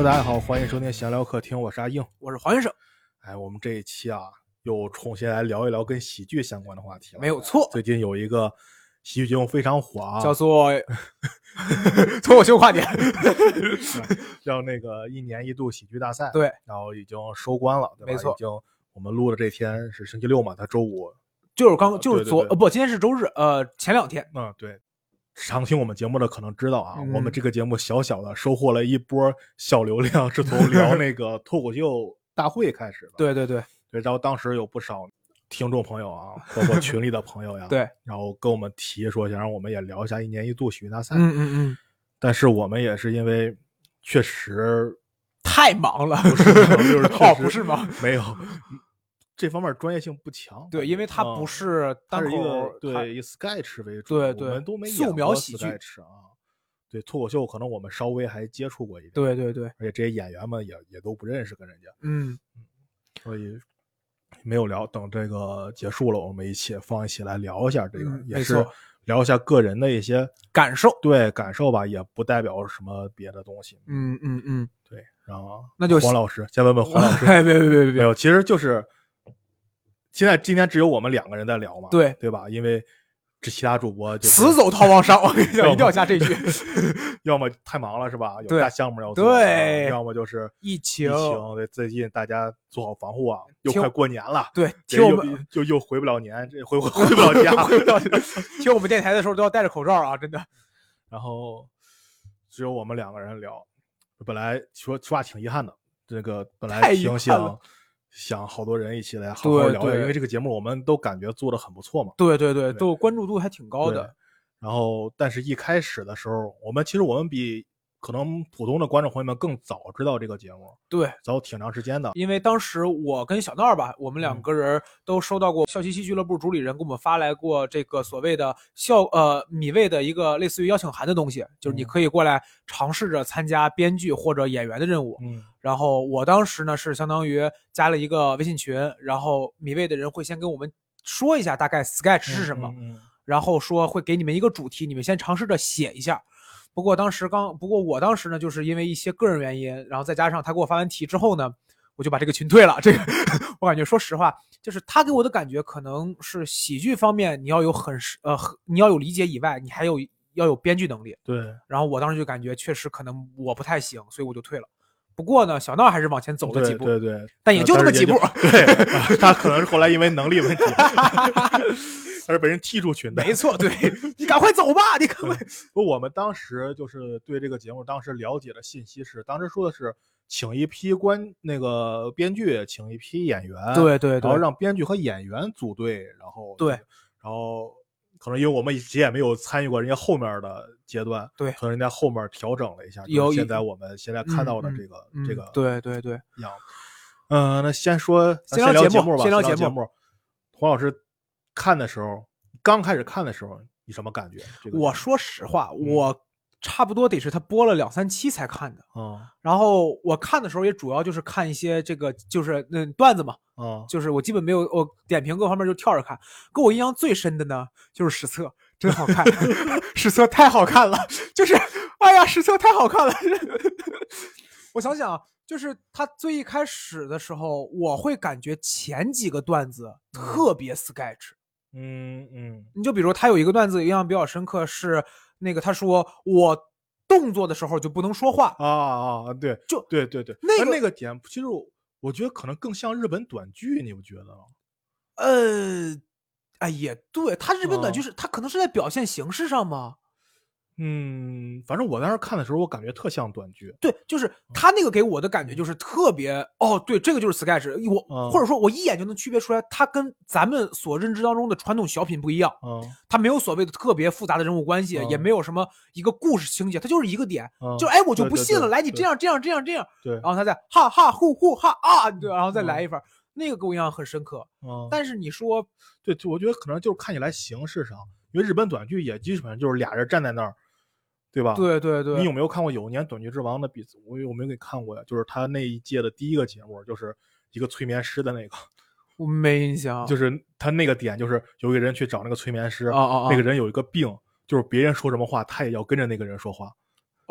Hello， 大家好，欢迎收听闲聊客厅，我是阿硬， 我是黄先生。 我们这一期又重新来聊一聊跟喜剧相关的话题了。 没有错， 最近有一个喜剧节目非常火叫做脱口秀跨年叫那个1年1度喜剧大赛。 对， 然后已经收官了，对吧？ 没错， 已经我们录的这天是星期六嘛，他周五就是今天是周日，前2天。 对。常听我们节目的可能知道我们这个节目小小的收获了一波小流量，是从聊那个脱口秀大会开始的。 对， 然后当时有不少听众朋友包括群里的朋友对， 然后跟我们提说想让我们也聊一下1年1度喜剧大赛。 但是我们也是因为确实太忙了，不是吗？ 没有。这方面专业性不强， 对，因为它不是单口， 对，以 sketch 为主， 对， 我们都没演素描喜剧对，脱口秀可能我们稍微还接触过一点， 对， 而且这些演员们也都不认识跟人家，所以没有聊。等这个结束了，我们放一起来聊一下这个，也是聊一下个人的一些感受， 对感受吧，也不代表什么别的东西。对，然后那就黄老师先问问黄老师， 别， 没有，其实就是。今天只有我们2个人在聊嘛，对吧？因为这其他主播死走逃亡商，我跟你讲，一定要加这句。 要么太忙了是吧？有大项目要做， 对， 要么就是疫情。 对，最近大家做好防护又快过年了， 对，听我们又回不了年，这回不了家， 听我们电台的时候都要戴着口罩真的。 然后只有我们2个人聊，本来说实话挺遗憾的，这个本来挺想好多人一起来好好聊聊，因为这个节目我们都感觉做得很不错嘛。 对，都关注度还挺高的。 然后，但是一开始的时候，我们比可能普通的观众朋友们更早知道这个节目， 对， 早挺长时间的。 因为当时我跟小闹吧，我们2个人都收到过笑嘻嘻俱乐部主理人给我们发来过这个所谓的米未的一个类似于邀请函的东西，就是你可以过来尝试着参加编剧或者演员的任务。然后我当时呢是相当于加了一个微信群，然后米未的人会先跟我们说一下大概 sketch 是什么，然后说会给你们一个主题，你们先尝试着写一下。不过我当时呢，就是因为一些个人原因，然后再加上他给我发完题之后呢，我就把这个群退了。这个我感觉说实话，就是他给我的感觉可能是喜剧方面你要有你要有理解以外，你还要有编剧能力。 对。 然后我当时就感觉确实可能我不太行，所以我就退了。不过呢，小闹还是往前走了几步， 对， 但也就那么几步。 对，他可能是后来因为能力问题，他是被人踢出群的。 没错，对，你赶快走吧，你赶快。 我们当时就是对这个节目当时了解的信息是，当时说的是请一批那个编剧，请一批演员， 对， 然后让编剧和演员组队，然后可能因为我们也没有参与过人家后面的阶段， 对， 可能人家后面调整了一下， 有现在我们现在看到的这个对样。那先聊节目吧，先聊节目。黄老师刚开始看的时候，你什么感觉？ 我说实话，我差不多得是他播了2-3期才看的。然后我看的时候也主要就是看一些这个就是段子嘛。就是我基本没有点评各方面就跳着看。给我印象最深的呢就是史册，真好看。史册太好看了，就是哎呀，史册太好看了。我想想，就是他最一开始的时候，我会感觉前几个段子特别 sketch。你就比如他有一个段子印象比较深刻，是那个他说我动作的时候就不能说话对， 就对那个点，其实我觉得可能更像日本短剧，你不觉得吗？ 也对，他日本短剧是他可能是在表现形式上吗？ 反正我当时看的时候，我感觉特像短剧。 对，就是他那个给我的感觉就是特别对，这个就是 sketch。或者说我一眼就能区别出来，他跟咱们所认知当中的传统小品不一样。他没有所谓的特别复杂的人物关系，也没有什么一个故事情节，他就是一个点，就我就不信了，来你这样， 对， 然后他再哈哈呼呼哈对，然后再来一番。那个给我印象很深刻。但是你说， 对，我觉得可能就是看起来形式上，因为日本短剧也基本上就是俩人站在那儿，对吧？ 对。 你有没有看过有年短剧之王的比赛？我有没有给你看过呀？就是他那一届的第一个节目，就是一个催眠师的那个。 我没印象。 就是他那个点，就是有一个人去找那个催眠师，那个人有一个病，就是别人说什么话，他也要跟着那个人说话。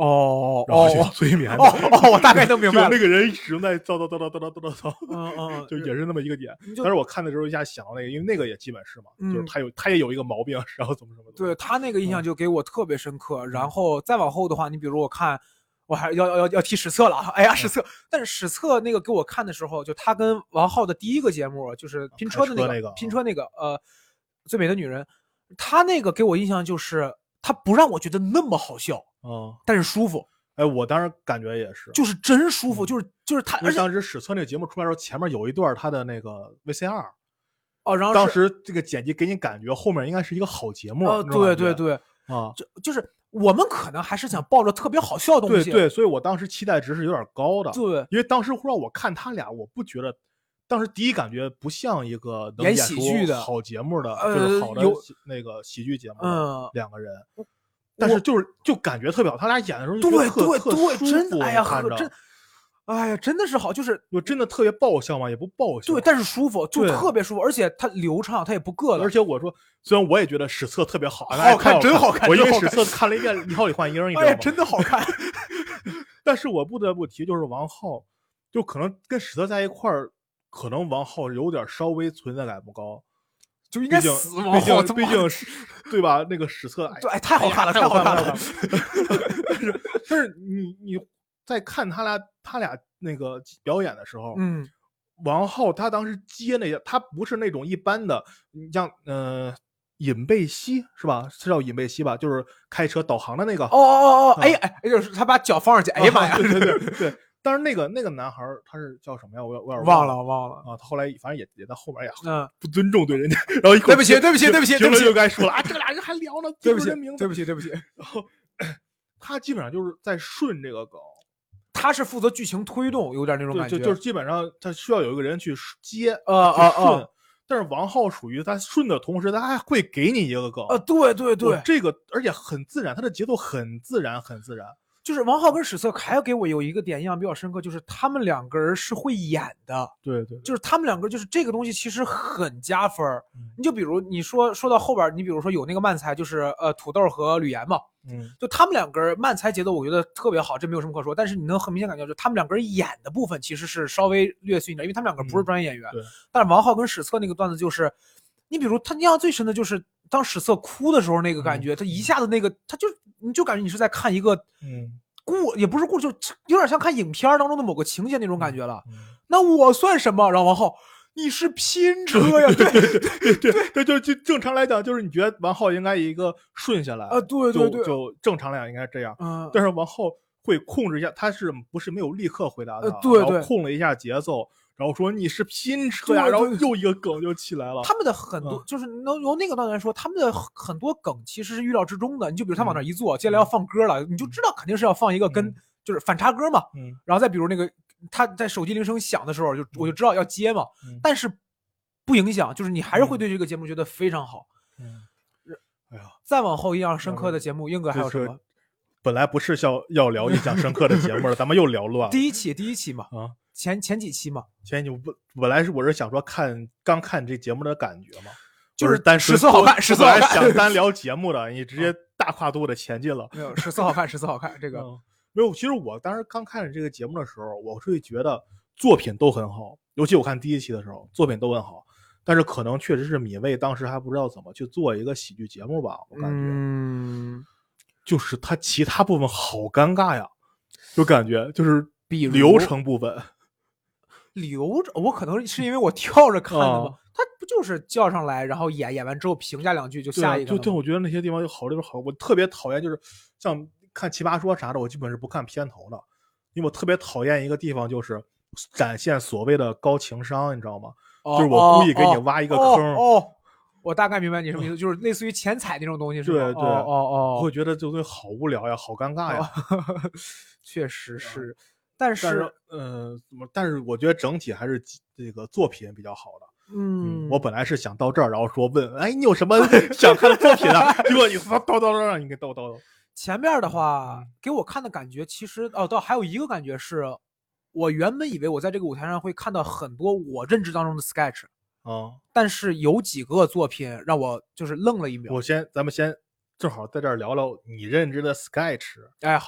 然后就催眠的。 我大概能明白了。 那个人始终在叨，就也是那么一个点。但是我看的时候一下想到那个，因为那个也基本是嘛，就是他也有一个毛病，然后怎么。 对，他那个印象就给我特别深刻。然后再往后的话，你比如我还要提史册了啊！哎呀，史册，但是史册那个给我看的时候，就他跟王浩的第一个节目，就是拼车的拼车那个最美的女人，他那个给我印象就是他不让我觉得那么好笑，但是舒服。 哎，我当时感觉也是， 就是真舒服，就是他。 而且当时史册那个节目出来的时候，前面有一段他的那个 VCR， 然后当时这个剪辑给你感觉后面应该是一个好节目。 对啊，就是我们可能还是想抱着特别好笑的东西。 对，所以我当时期待值是有点高的。 对， 因为当时让我看他俩，我不觉得，当时第一感觉不像一个能演喜剧的好节目的，就是好的那个喜剧节目的两个人。但是就感觉特别好，他俩演的时候就对，真的，哎呀，真的是好，就是真的特别爆笑嘛，也不爆笑， 对，但是舒服，就特别舒服，而且它流畅，它也不硌了。 而且我说，虽然我也觉得史册特别好， 好看，真好看。 我因为史册看了一遍《一号李焕英》，你知道吗？ 哎，真的好看。 但是我不得不提，就是王浩，就可能跟史册在一块儿，可能王浩有点稍微存在感不高。 就应该死嘛，毕竟是对吧？那个史册， 对，太好看了，太好看了。 但是你在看他俩那个表演的时候，王浩他当时接那些，他不是那种一般的，你像尹贝希是吧？是叫尹贝希吧？就是开车导航的那个。 哎，就是他把脚放上去，哎呀妈呀！ 对。但是那个男孩他是叫什么呀？我有点忘了啊。他后来反正也在后面也不尊重对人家，然后对不起， 就该说了啊，这俩人还聊呢， 对不起。 然后他基本上就是在顺这个梗， 他是负责剧情推动，有点那种感觉， 就是基本上他需要有一个人去接顺。但是王浩属于他顺的同时，他还会给你一个梗对， 这个而且很自然，他的节奏很自然。 就是王浩跟史册还给我有一个点印象比较深刻，就是他们两个人是会演的。 对， 就是他们两个就是这个东西其实很加分。你就比如你说到后边，你比如说有那个慢才，就是土豆和吕岩嘛，就他们两个人慢才节奏我觉得特别好，这没有什么可说。但是你能很明显感觉就是他们两个人演的部分其实是稍微略逊一点，因为他们两个不是专业演员。但是王浩跟史册那个段子就是，你比如他印象最深的就是当史册哭的时候那个感觉，他一下子那个你就感觉你是在看一个也不是故事，就有点像看影片当中的某个情节那种感觉了。那我算什么？然后王浩，你是拼车呀？ 对，就正常来讲，就是你觉得王浩应该一个顺下来对， 就正常来讲应该这样。但是王浩会控制一下，他是不是没有立刻回答他？ 对， 然后控了一下节奏。然后说你是拼车呀，然后又一个梗就起来了。 他们的很多就是能由那个段来说，他们的很多梗其实是预料之中的。你就比如他往那一坐，接下来要放歌了，你就知道肯定是要放一个跟就是反差歌嘛。然后再比如那个他在手机铃声响的时候，我就知道要接嘛。但是不影响，就是你还是会对这个节目觉得非常好。 哎呀， 再往后印象深刻的节目，英哥还有什么？ 本来不是要聊印象深刻的节目了，咱们又聊乱了。 第一期嘛，前几期嘛， 本来我是想说刚看这节目的感觉嘛， 就是单史册好看，史册好看， 想单聊节目的，你直接大跨度的前进了。 没有，史册好看，这个没有。其实我当时刚看这个节目的时候，我会觉得作品都很好，尤其我看第一期的时候，作品都很好。但是可能确实是米未当时还不知道怎么去做一个喜剧节目吧，我感觉。就是他其他部分好尴尬呀，就感觉就是流程部分。 我可能是因为我跳着看的嘛，他不就是叫上来，然后演完之后评价两句就下一个。 对，我觉得那些地方就好，我特别讨厌，就是像看奇葩说啥的，我基本是不看片头的，因为我特别讨厌一个地方就是展现所谓的高情商，你知道吗？就是我故意给你挖一个坑。 我大概明白你什么意思，就是类似于前彩那种东西，是吧？ 对，我会觉得这东西好无聊呀，好尴尬呀。 确实是，但是我觉得整体还是这个作品比较好的。我本来是想到这儿，然后说问，哎，你有什么想看的作品啊？结果你叨让你给叨。 前面的话给我看的感觉，其实倒还有一个感觉是，我原本以为我在这个舞台上会看到很多我认知当中的 sketch。但是有几个作品让我就是愣了一秒。 咱们先正好在这儿聊聊你认知的 sketch。 哎，好，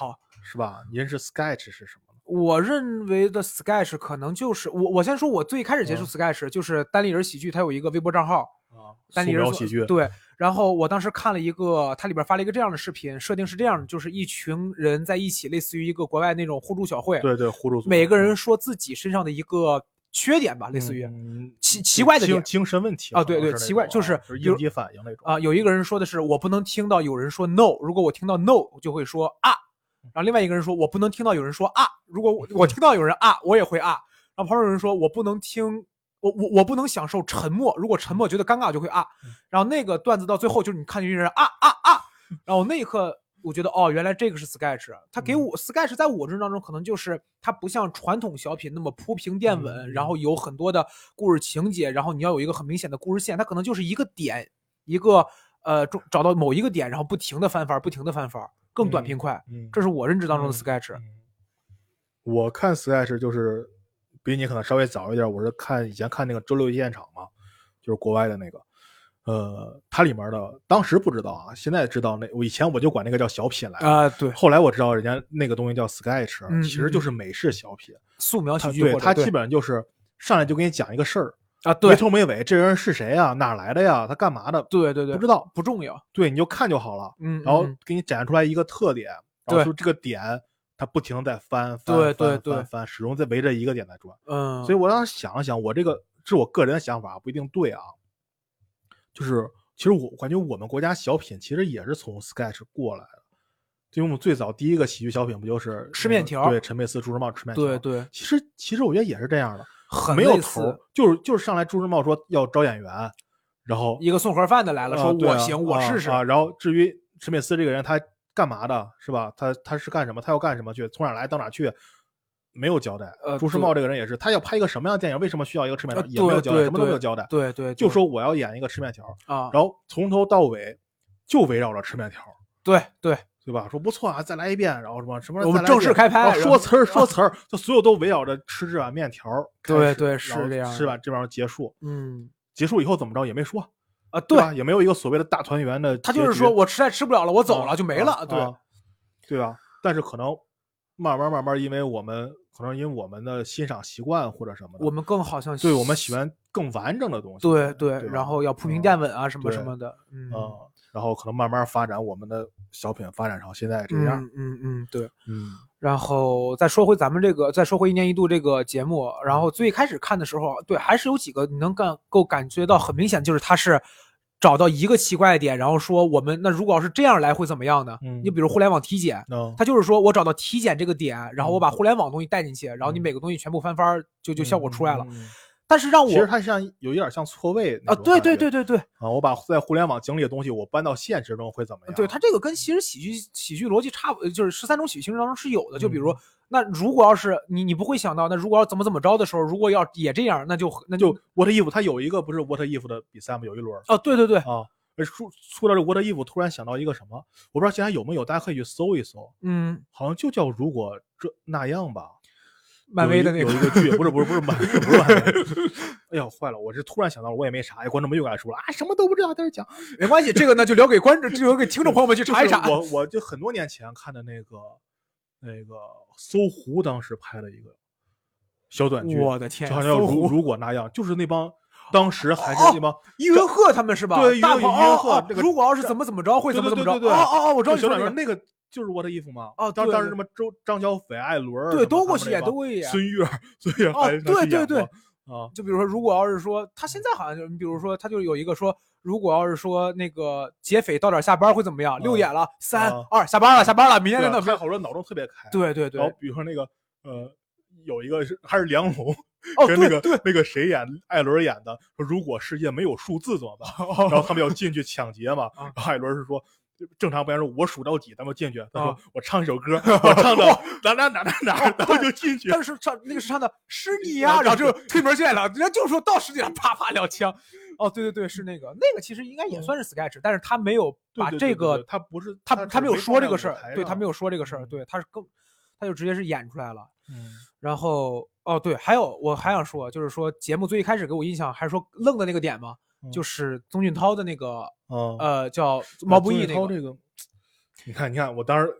是吧？你认识 sketch 是什么？ 我认为的 sketch 可能就是我先说，我最开始接触 sketch 就是单立人喜剧，它有一个微博账号单立人喜剧。 对，然后我当时看了一个，它里边发了一个这样的视频，设定是这样的，就是一群人在一起，类似于一个国外那种互助小会， 对，互助组， 每个人说自己身上的一个缺点吧，类似于奇怪的点， 精神问题啊，对，奇怪就是应激反应那种啊。有一个人说的是我不能听到有人说 no， 如果我听到 no， 我就会说啊。然后另外一个人说我不能听到有人说啊，如果我听到有人啊，我也会啊。然后旁边有人说我不能听。我不能享受沉默，如果沉默觉得尴尬就会啊。然后那个段子到最后就是你看见一人啊，然后那一刻我觉得哦，原来这个是 sketch。他给我 sketch 在我认知当中可能就是它不像传统小品那么铺平垫稳，然后有很多的故事情节，然后你要有一个很明显的故事线，它可能就是一个点，一个找到某一个点，然后不停的翻番，更短平快。这是我认知当中的 sketch。 我看 sketch 就是比你可能稍微早一点，我是以前看那个周六夜现场嘛，就是国外的那个，它里面的当时不知道啊，现在知道我以前我就管那个叫小品来啊，对， 后来我知道人家那个东西叫 sketch，其实就是美式小品， 素描喜剧， 对，它基本上就是上来就给你讲一个事儿啊，对， 没头没尾，这人是谁呀？哪来的呀？他干嘛的？ 对， 不知道， 不重要， 对，你就看就好了，然后给你展现出来一个特点，然后说这个点。他不停地在翻，始终在围着一个点在转。所以我当时想想，我这个是我个人的想法，不一定对啊。就是其实我感觉我们国家小品其实也是从 sketch 过来的，因为我们最早第一个喜剧小品不就是吃面条？ 对，陈佩斯、朱时茂吃面条。 对， 其实我觉得也是这样的， 很没有头，就是上来朱时茂说要招演员，然后一个送盒饭的来了，说我行，我试试啊。然后至于陈佩斯这个人，他干嘛的是吧？他是干什么？他要干什么去？从哪来到哪去？没有交代。朱时茂这个人也是，他要拍一个什么样的电影？为什么需要一个吃面条？也没有交代，什么都没有交代。 对， 就说我要演一个吃面条啊， 然后从头到尾就围绕着吃面条。 对吧？说不错啊，再来一遍，然后什么？ 我们正式开拍， 说词儿，就所有都围绕着吃这碗面条。 对，是这样。 吃完这玩意结束，结束以后怎么着也没说。 对吧？也没有一个所谓的大团圆的， 他就是说我实在吃不了了，我走了就没了， 对吧？但是可能慢慢，因为我们的欣赏习惯或者什么的， 我们更好像对我们喜欢更完整的东西， 对，然后要铺平垫稳啊，什么什么的， 然后可能慢慢发展我们的小品发展成现在这样， 对，然后再说回一年一度这个节目，然后最开始看的时候，对，还是有几个你能够感觉到很明显，就是他是找到一个奇怪的点，然后说我们那如果要是这样来会怎么样呢？你比如互联网体检，他就是说我找到体检这个点，然后我把互联网东西带进去，然后你每个东西全部翻番就效果出来了。但是让我其实它有一点像错位啊，对啊，我把在互联网经历的东西我搬到现实中会怎么样？ 对，它这个跟其实喜剧逻辑差不，就是13种喜剧形式当中是有的。就比如那如果要是你不会想到，那如果要怎么着的时候，如果要也这样，那就 What if 它有一个不是 What if 的比赛吗？有一轮啊，对啊，说到这 What if 突然想到一个什么，我不知道现在有没有，大家可以去搜一搜，好像就叫如果这那样吧。 漫威的那个有一个剧，不是漫威，哎呀，坏了！我是突然想到了，我也没查，观众们又该说了啊，什么都不知道，在这讲， 没关系，这个呢就留给听众朋友们去查一查。 我就很多年前看的那个搜狐当时拍的一个小短剧， 我的天， 就好像如果那样，就是那帮当时还是那帮于文赫他们是吧？ 对，于文赫， 如果要是怎么着会怎么着？ 对， 我知道小短剧那个。就是我的衣服嘛，当时什么张小斐、艾伦， 对，都过去演，都会演。 孙悦对啊， 就比如说，如果要是说他现在好像就，你比如说他就有一个说，如果要是说那个劫匪到点下班会怎么样？6点了，3、2，下班了，明天再弄。好多脑洞特别开。 对。 然后比如说那个有一个还是梁龙，跟那个谁演艾伦演的，说如果世界没有数字怎么办？然后他们要进去抢劫嘛，然后艾伦是说。正常不然说我数到几咱们进去，他说我唱一首歌，我唱到哪，然后就进去。 但是唱那个是唱的是你呀，然后就推门进来了，人家就说到10点啪2枪。哦，对，是那个其实应该也算是 sketch，但是他没有把这个， 他不是他没有说这个事儿，对他没有说这个事儿，对他就直接是演出来了。然后对，还有我还想说，就是说节目最一开始给我印象还是说愣的那个点嘛。就是宗俊涛的那个叫毛不易那个， 这个，你看，我当时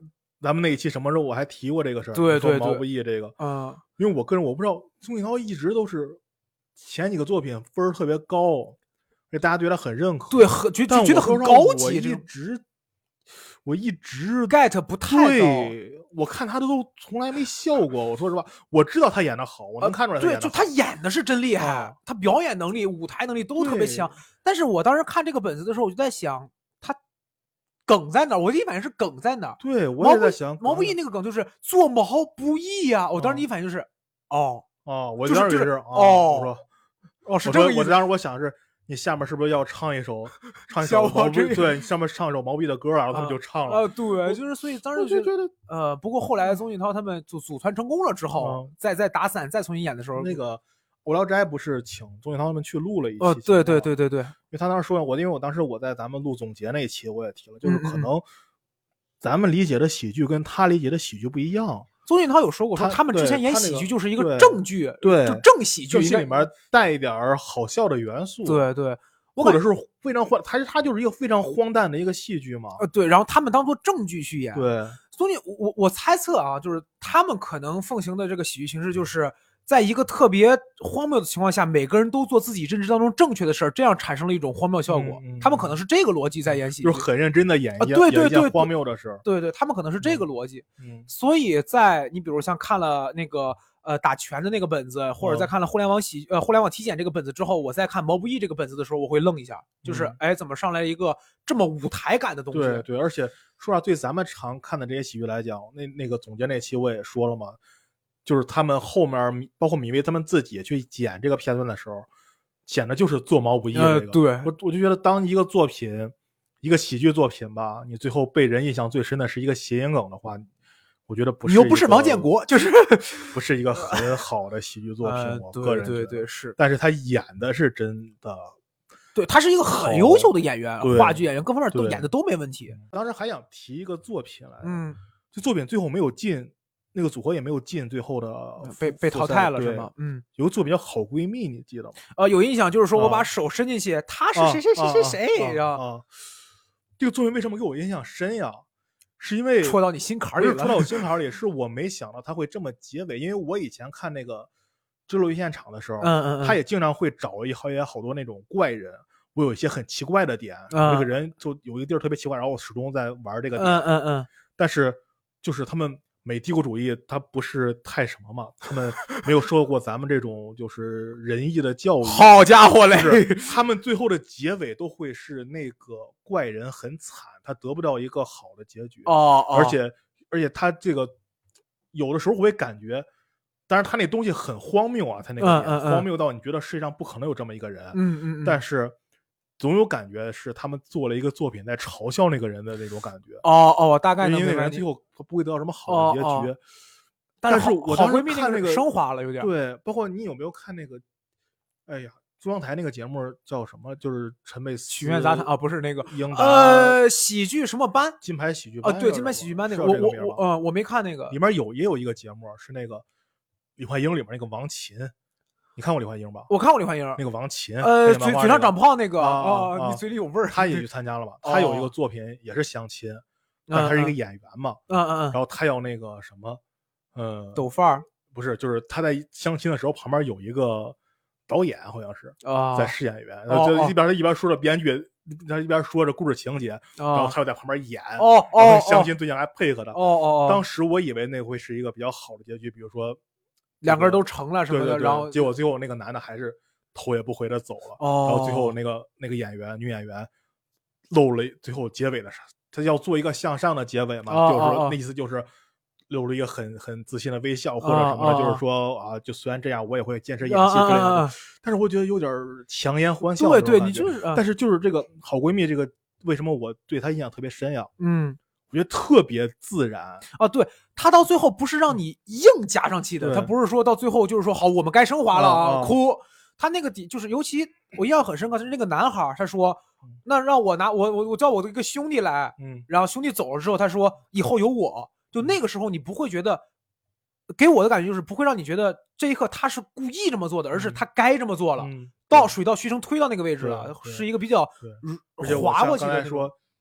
咱们那一期什么时候我还提过这个事儿， 对对对， 毛不易这个， 嗯， 因为我个人我不知道钟景涛一直都是前几个作品分儿特别高，而大家对他很认可， 对，觉得很高级， 我一直 get 不太高。 我看他都从来没笑过。我说实话，我知道他演的好，我能看出来他演的好。 对，就他演的是真厉害，他表演能力、舞台能力都特别强。但是我当时看这个本子的时候，我就在想，他梗在哪儿？我第一反应是梗在哪儿？ 对，我也在想， 毛不易那个梗就是做毛不易呀。我当时第一反应就是，我当时是我说是这个意思。 我当时我想是。你下面是不是要唱一首毛不易？对，上面唱一首毛不易的歌然后他们就唱了。 对，就是所以当时就觉得，不过后来宗锦涛他们组团成功了之后，再打散再重新演的时候， 那个《无聊斋》不是请宗锦涛他们去录了一期？ 对， 因为他当时说，因为我当时在咱们录总结那一期我也提了，就是可能咱们理解的喜剧跟他理解的喜剧不一样。 宗锦涛有说过，说他们之前演喜剧就是一个正剧， 对， 就正喜剧， 里面带一点好笑的元素， 对， 或者是非常他就是一个非常荒诞的一个戏剧嘛， 对，然后他们当做正剧去演， 对， 所以我猜测啊，就是他们可能奉行的这个喜剧形式就是在一个特别荒谬的情况下，每个人都做自己认知当中正确的事儿，这样产生了一种荒谬效果。他们可能是这个逻辑在演喜剧， 就是很认真的演一件荒谬的事。 对，他们可能是这个逻辑。所以在你比如像看了那个打拳的那个本子，或者在看了互联网体检这个本子之后，我再看毛不易这个本子的时候，我会愣一下，就是怎么上来一个这么舞台感的东西？ 对，而且说实话，对咱们常看的这些喜剧来讲，那个总结那期我也说了嘛。就是他们后面包括米未他们自己去剪这个片段的时候，剪的就是做毛不易这个。 对， 我就觉得当一个作品，一个喜剧作品吧，你最后被人印象最深的是一个谐音梗的话，我觉得不是。 你又不是王建国，就是不是一个很好的喜剧作品。我个人觉得对是。 但是他演的是真的， 对，他是一个很优秀的演员，话剧演员各方面都演的都没问题。 当时还想提一个作品来，这作品最后没有进。那个组合也没有进最后的被淘汰了是吗？ 有个作品叫《好闺蜜》，你记得吗？ 有印象，就是说我把手伸进去，他是谁这个作品为什么给我印象深呀？是因为戳到你心坎里了。 戳到我心坎里，是我没想到他会这么结尾，因为我以前看那个《坠落于现场》的时候，他也经常会找好多那种怪人，我有一些很奇怪的点，那个人就有一个地儿特别奇怪，然后我始终在玩这个点，但是就是他们。美帝国主义它不是太什么嘛，他们没有受过咱们这种就是仁义的教育。 好家伙嘞！ 他们最后的结尾都会是那个怪人很惨，他得不到一个好的结局。而且他这个有的时候我会感觉，当然他那东西很荒谬啊，他那个荒谬到你觉得世界上不可能有这么一个人。但是。总有感觉是他们做了一个作品在嘲笑那个人的那种感觉。 大概能明白。 因为人最后他不会得到什么好的结局。 但是我好闺蜜看那个升华了有点。 对，包括你有没有看那个？哎呀，中央台那个节目叫什么？就是陈佩斯曲苑杂谈不是那个英达喜剧什么班？ 金牌喜剧班对，金牌喜剧班那个我没看那个。 里面也有一个节目是那个李焕英里面那个王琴。你看过李焕英吧？ 我看过李焕英， 那个王琴， 嘴上长泡那个你嘴里有味儿。 他也去参加了吧？他有一个作品也是相亲，但他是一个演员嘛。然后他要那个什么， 抖范儿不是，就是他在相亲的时候旁边有一个导演，好像是在试演员，就他一边说着编剧，他一边说着故事情节，然后他又在旁边演。相亲对象还配合他。当时我以为那会是一个比较好的结局，比如说。 两个人都成了什么的，然后结果最后那个男的还是头也不回的走了。然后最后那个女演员露了最后结尾的时候，他要做一个向上的结尾嘛，就是说那意思就是露了一个很自信的微笑或者什么的，就是说就虽然这样我也会坚持演戏之类的。但是我觉得有点强颜欢笑。 对，你就是。 但是就是这个好闺蜜这个，为什么我对她印象特别深呀？我觉得特别自然对，他到最后不是让你硬加上去的，他不是说到最后就是说好我们该升华了哭，他那个就是尤其我印象很深刻，就是那个男孩他说那让我拿我叫我的一个兄弟来，然后兄弟走了之后他说以后有我，就那个时候你不会觉得，给我的感觉就是不会让你觉得这一刻他是故意这么做的，而是他该这么做了，水到渠成推到那个位置了，是一个比较滑过去的。 说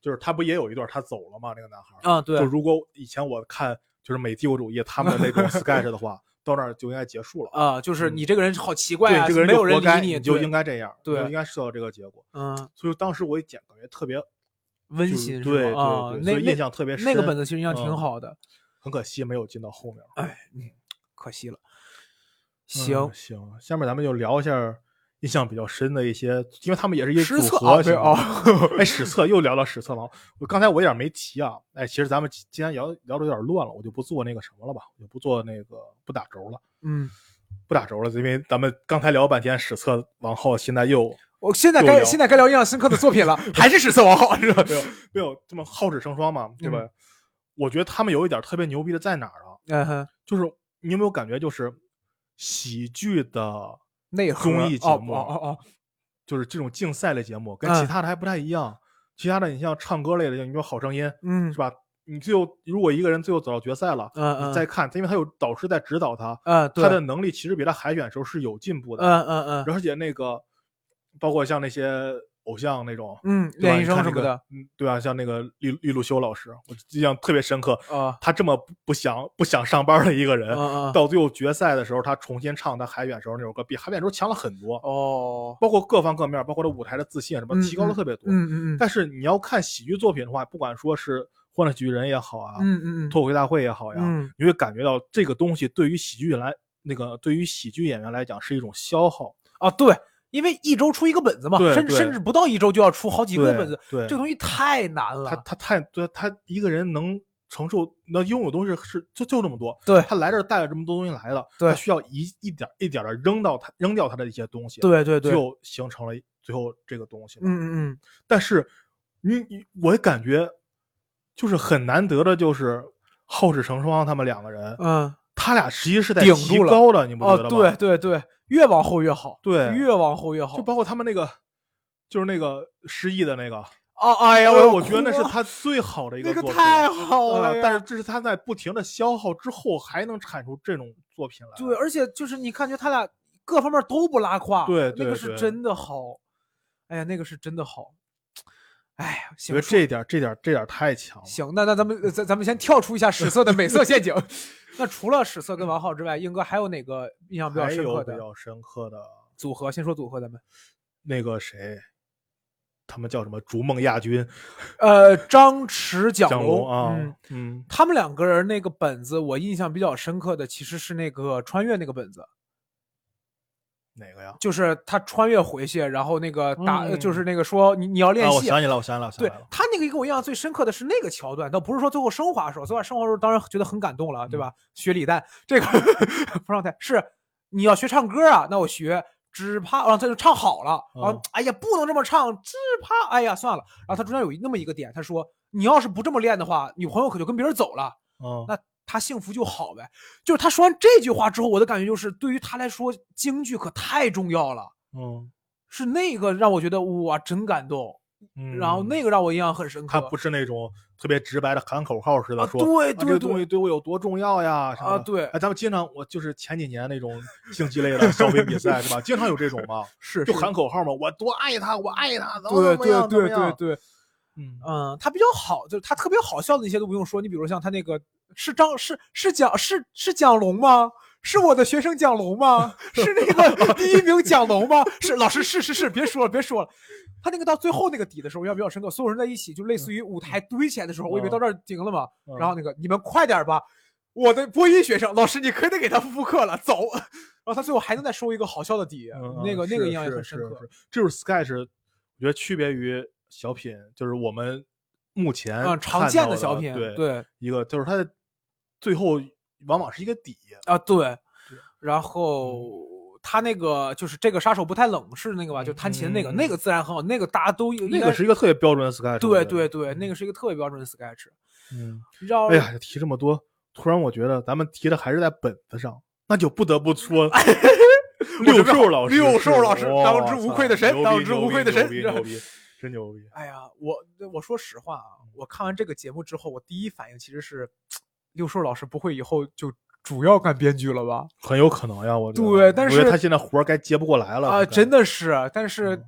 就是他不也有一段他走了吗？那个男孩啊，对， 就如果以前我看就是美帝国主义他们的那种 sketch 的话，到那儿就应该结束了啊，就是你这个人好奇怪啊， 这个人没有人理你就应该这样， 对， 应该受到这个结果。 所以当时我一感觉特别温馨， 对啊， 所以印象特别深。 那个本子其实印象挺好的， 很可惜没有进到后面。 哎，可惜了。行， 下面咱们就聊一下印象比较深的一些，因为他们也是一个组合哎，史册又聊到史册了。刚才我有点没提啊，哎，其实咱们今天聊的有点乱了，我就不做那个什么了吧，我就不做那个不打轴了。不打轴了，因为咱们刚才聊半天史册王浩，现在我现在该聊印象深刻的作品了，还是史册王浩是吧？ 没有这么皓齿生霜嘛，对吧？我觉得他们有一点特别牛逼的在哪儿啊？就是你有没有感觉，就是喜剧的综艺节目，就是这种竞赛类节目，跟其他的还不太一样。其他的你像唱歌类的，你说好声音，是吧？你如果一个人最后走到决赛了，你再看，因为他有导师在指导他，他的能力其实比他海选时候是有进步的，而且那个包括像那些偶像那种， 练习生什么的， 对吧？像那个利路修老师，我印象特别深刻。他这么不想上班的一个人，到最后决赛的时候，他重新唱他海选时候那首歌，比海选时候强了很多。包括各方各面，包括他舞台的自信什么，提高了特别多。但是你要看喜剧作品的话，不管说是欢乐喜剧人也好啊，脱口秀大会也好呀，你会感觉到这个东西对于喜剧演员来讲是一种消耗啊。对。因为一周出一个本子嘛，甚至不到一周就要出好几个本子， 对， 这个东西太难了。 他一个人能承受、能拥有的东西是就这么多。 对， 他来这儿带了这么多东西来了，他需要一点一点的扔掉他的一些东西。 对， 就形成了最后这个东西。但是我感觉就是很难得的，就是皓齿成霜他们两个人，他俩实际是在提高的，你不觉得吗？ 对。越往后越好， 对， 越往后越好。 就包括他们那个，就是那个失忆的那个哎呀， 我觉得那是他最好的一个作品， 那个太好了。 但是这是他在不停的消耗之后，还能产出这种作品来。 对，而且就是你感觉他俩各方面都不拉胯， 对， 那个是真的好。哎呀，那个是真的好。哎呀， 行，我觉得这点太强了。 行，那咱们先跳出一下史册的美色陷阱。那除了史册跟王浩之外，英哥还有哪个印象比较深刻的？ 比较深刻的组合，先说组合，咱们那个谁，他们叫什么？逐梦亚军， 张弛、蒋龙啊， 他们两个人那个本子，我印象比较深刻的其实是那个穿越那个本子。 哪个呀？ 就是他穿越回去，然后那个就是那个说你要练戏。 我想起来了。 对，他那个给我印象最深刻的是那个桥段，倒不是说最后升华的时候，当然觉得很感动了，对吧？学李诞这个不让台是你要学唱歌啊，那我学只怕，然后他就唱好了，然后哎呀不能这么唱，只怕哎呀算了。然后他中间有那么一个点，他说你要是不这么练的话，女朋友可就跟别人走了。那他幸福就好呗。就是他说完这句话之后，我的感觉就是对于他来说京剧可太重要了。是那个让我觉得哇真感动。然后那个让我印象很深刻。 他不是那种特别直白的喊口号似的说， 对这个东西对我有多重要呀啊。对， 咱们经常我就是前几年那种竞技类的小品比赛是吧？经常有这种嘛， 是就喊口号嘛，我多爱他，我爱他，怎么样？ 对。 他比较好，就是他特别好笑的那些都不用说。你比如像他那个是蒋龙吗？是我的学生蒋龙吗？是那个第1名蒋龙吗？是老师，是，别说了。他那个到最后那个底的时候，要比较深刻，所有人在一起，就类似于舞台堆起来的时候，我以为到这儿停了嘛。然后那个你们快点吧，我的播音学生老师，你可以给他复课了，走。然后他最后还能再收一个好笑的底，那个印象也很深刻。 这就是 sketch， 我觉得区别于小品，就是我们目前常见的小品，对， 一个就是它的最后往往是一个底啊，对。然后他那个就是这个杀手不太冷是那个吧，就弹琴那个自然很好，那个大家都那个是一个特别标准的 sketch。 对，那个是一个特别标准的 sketch。 哎呀，提这么多，突然我觉得咱们提的还是在本子上，那就不得不说六兽老师， 当之无愧的神，当之无愧的神， 牛逼，真牛逼！ 哎呀，我说实话啊，我看完这个节目之后，我第一反应其实是六兽老师不会以后就主要干编剧了吧？ 很有可能呀，我觉得。 对，但是他现在活该接不过来了啊，真的是。但是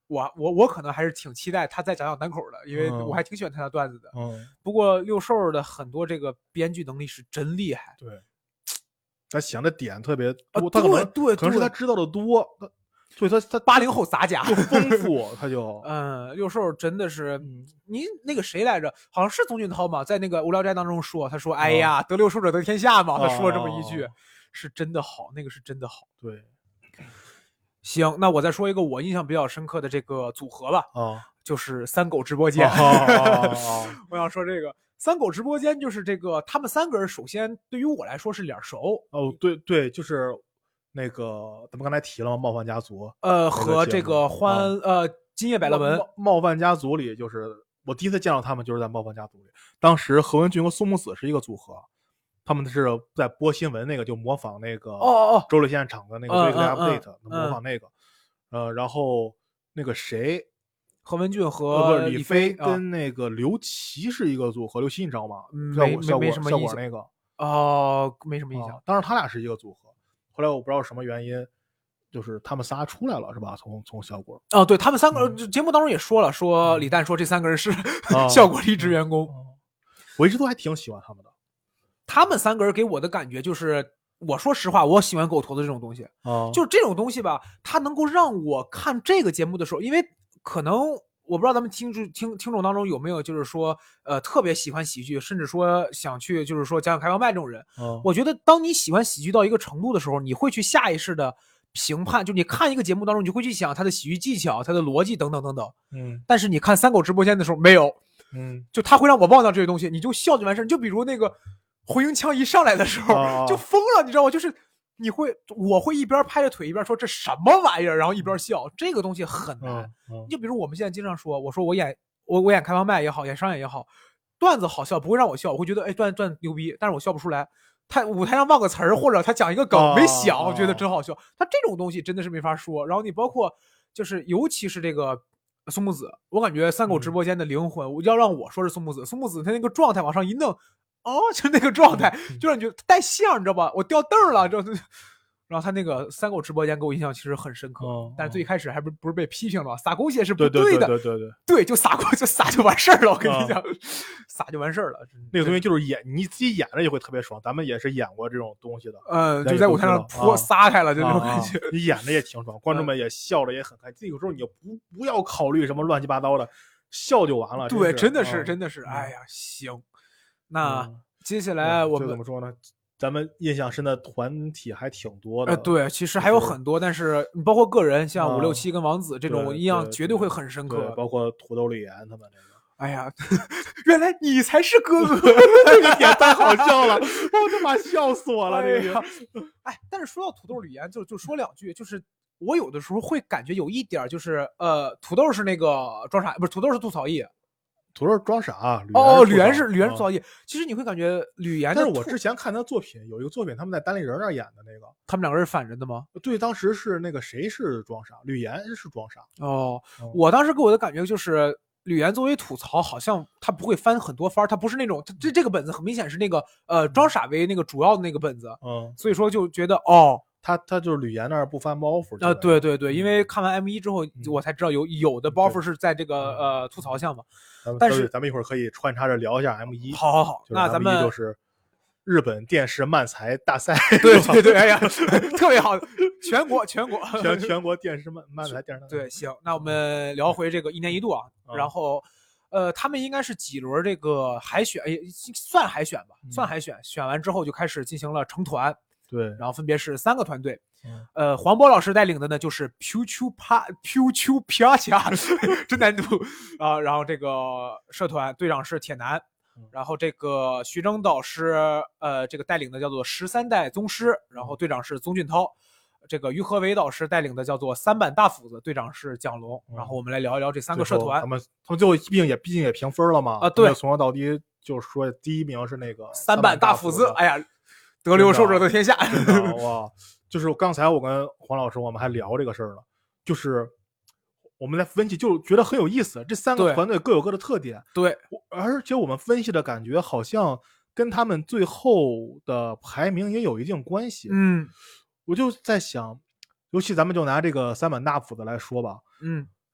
我可能还是挺期待他再讲讲单口的，因为我还挺喜欢他的段子的。不过六兽的很多这个编剧能力是真厉害。 对，他想的点特别多，他可能是他知道的多，所以他 80后杂家就丰富，他就六兽真的是，你那个谁来着？好像是宗俊涛嘛，在那个无聊斋当中说，他说：“哎呀，得六兽者得天下嘛。”他说了这么一句，是真的好，那个是真的好。 对， 行，那我再说一个我印象比较深刻的这个组合吧，就是三狗直播间。我想说这个三狗直播间，就是这个他们3个人，首先对于我来说是脸熟。 对，就是。那个咱们刚才提了吗？冒犯家族， 和这个今夜百乐门。 冒犯家族里，就是我第一次见到他们，就是在冒犯家族里。当时何文俊和苏木子是一个组合，他们是在播新闻那个，就模仿那个周六现场的那个 Weekly Update，模仿那个。然后那个谁， 何文俊和李飞跟那个刘琦是一个组合。刘琦你知道吗？ 没什么印象那个。 没什么印象。 当时他俩是一个组合。后来我不知道什么原因，就是他们仨出来了，是吧？从效果对，他们3个人节目当中也说了，说李诞说这3个人是效果离职员工。 我一直都还挺喜欢他们的。 他们3个人给我的感觉就是，我说实话，我喜欢狗头的这种东西，就是这种东西吧，它能够让我看这个节目的时候，因为可能我不知道咱们听众当中有没有就是说特别喜欢喜剧，甚至说想去就是说讲开放麦这种人。我觉得当你喜欢喜剧到一个程度的时候，你会去下意识的评判，就你看一个节目当中，你就会去想他的喜剧技巧、他的逻辑等等等等。但是你看三狗直播间的时候没有，就他会让我忘掉这些东西，你就笑就完事。就比如那个回音枪一上来的时候就疯了，你知道吗？就是我会一边拍着腿一边说这什么玩意儿，然后一边笑，这个东西很难。就比如我们现在经常说，我说我演开放麦也好，演商演也好，段子好笑不会让我笑，我会觉得哎段子牛逼，但是我笑不出来。他舞台上忘个词儿，或者他讲一个梗没想，我觉得真好笑。他这种东西真的是没法说。然后你包括就是尤其是这个松木子，我感觉三狗直播间的灵魂，要让我说是松木子，松木子他那个状态往上一弄。就那个状态，就让你觉得带相，你知道吧？我掉凳了，知道。然后他那个三狗直播间给我印象其实很深刻，但是最开始还不是被批评了，撒狗血是不对的，对，就撒就完事儿了。我跟你讲，撒就完事儿了。 那个东西就是你自己演着也会特别爽，咱们也是演过这种东西的， 就在舞台上撒开了，就那种感觉。 你演着也挺爽，观众们也笑着也很开心。有时候你不要考虑什么乱七八糟的，笑就完了。 对，真的是，哎呀，行。那接下来我们怎么说呢？咱们印象深的团体还挺多的。 对，其实还有很多，但是包括个人，像567跟王子这种，我印象绝对会很深刻。 包括土豆李岩他们那个。 哎呀，原来你才是哥哥， 这个点太好笑了，我他妈笑死我了！这个， 但是说到土豆李岩，就说2句，就是我有的时候会感觉有一点，就是土豆是那个装傻，不是土豆是吐槽艺。 土豆装傻， 吕岩是吐槽艺。其实你会感觉吕岩， 但是我之前看他作品有一个作品，他们在单立人那演的那个， 他们2个人是反人的吗？ 对，当时是那个谁是装傻，吕岩是装傻。 我当时给我的感觉就是吕岩作为吐槽，好像他不会翻很多番，他不是那种这个本子很明显是那个装傻为那个主要的那个本子，所以说就觉得他就是吕岩那儿不翻包袱。 对，因为看完 M1 之后，我才知道有的包袱是在这个吐槽项嘛。但是咱们一会儿可以穿插着聊一下 M1。 好，那咱们就是日本电视漫才大赛。 对，哎呀，特别好，全国电视漫才电视大赛。 对，行，那我们聊回这个1年1度啊，然后他们应该是几轮这个海选，算海选吧，算海选，选完之后就开始进行了成团。 对， 然后分别是3个团队，黄渤老师带领的呢就是 PQ 啪恰，真难读啊。然后这个社团队长是铁男，然后这个徐峥导师这个带领的叫做13代宗师，然后队长是宗俊涛。这个于和伟导师带领的叫做3板大斧子，队长是蒋龙。然后我们来聊一聊这3个社团。 他们最后毕竟也评分了嘛。 对， 从头到底就是说第1名是那个 3板大斧子。哎呀。得六兽者得天下。 哇，就是刚才我跟黄老师我们还聊这个事儿了，就是我们在分析就觉得很有意思，这3个团队各有各的特点。 对， 而且我们分析的感觉好像跟他们最后的排名也有一定关系。 我就在想，尤其咱们就拿这个3板大斧子来说吧。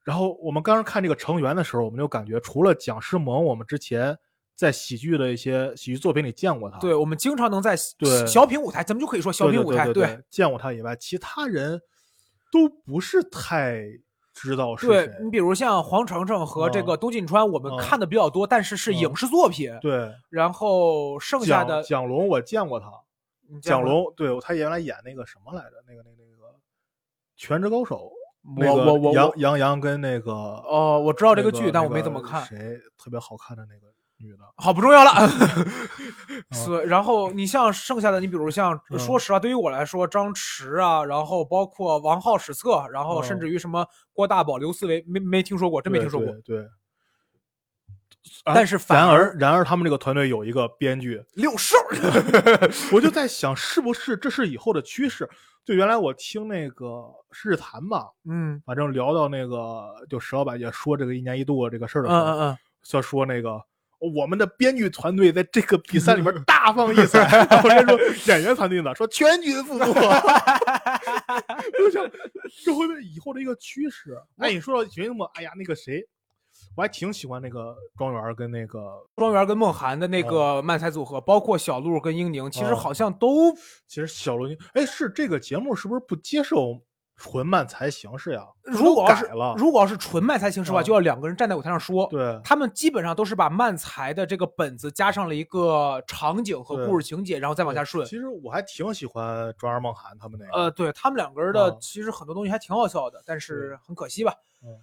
然后我们刚刚看这个成员的时候，我们就感觉除了蒋诗萌，我们之前在喜剧的一些喜剧作品里见过他， 对，我们经常能在对小品舞台，咱们就可以说小品舞台， 对见过他以外，其他人都不是太知道是谁。 对，你比如像黄澄澄和这个东晋川，我们看的比较多，但是是影视作品。 对， 然后剩下的蒋龙我见过他，蒋龙对他原来演那个什么来着？那个《全职高手》。我杨洋跟那个我知道这个剧，但我没怎么看。 谁特别好看的那个女的？ 好，不重要了。然后你像剩下的，你比如像，说实话，对于我来说，张弛啊，然后包括王浩、史策，然后甚至于什么郭大宝、刘思维，没听说过，真没听说过。 对。 但是然而他们这个团队有一个编剧六兽， 我就在想，是不是这是以后的趋势？就原来我听那个日坛吧，反正聊到那个就石老板也说这个一年一度这个事儿的时候，就说那个我们的编剧团队在这个比赛里面大放异彩，我先说演员团队呢说全军覆没，我想这会不会以后的一个趋势？哎，你说到学那么，哎呀，那个谁？我还挺喜欢那个庄园跟孟涵的那个漫才组合，包括小鹿跟英宁，其实好像都， 其实小鹿，哎，是这个节目是不是不接受纯漫才形式呀？ 如果要是纯漫才形式的话，就要两个人站在舞台上说。 对， 他们基本上都是把漫才的这个本子加上了一个场景和故事情节，然后再往下顺。 其实我还挺喜欢庄园孟涵他们那个。对他们两个人的，其实很多东西还挺好笑的，但是很可惜吧。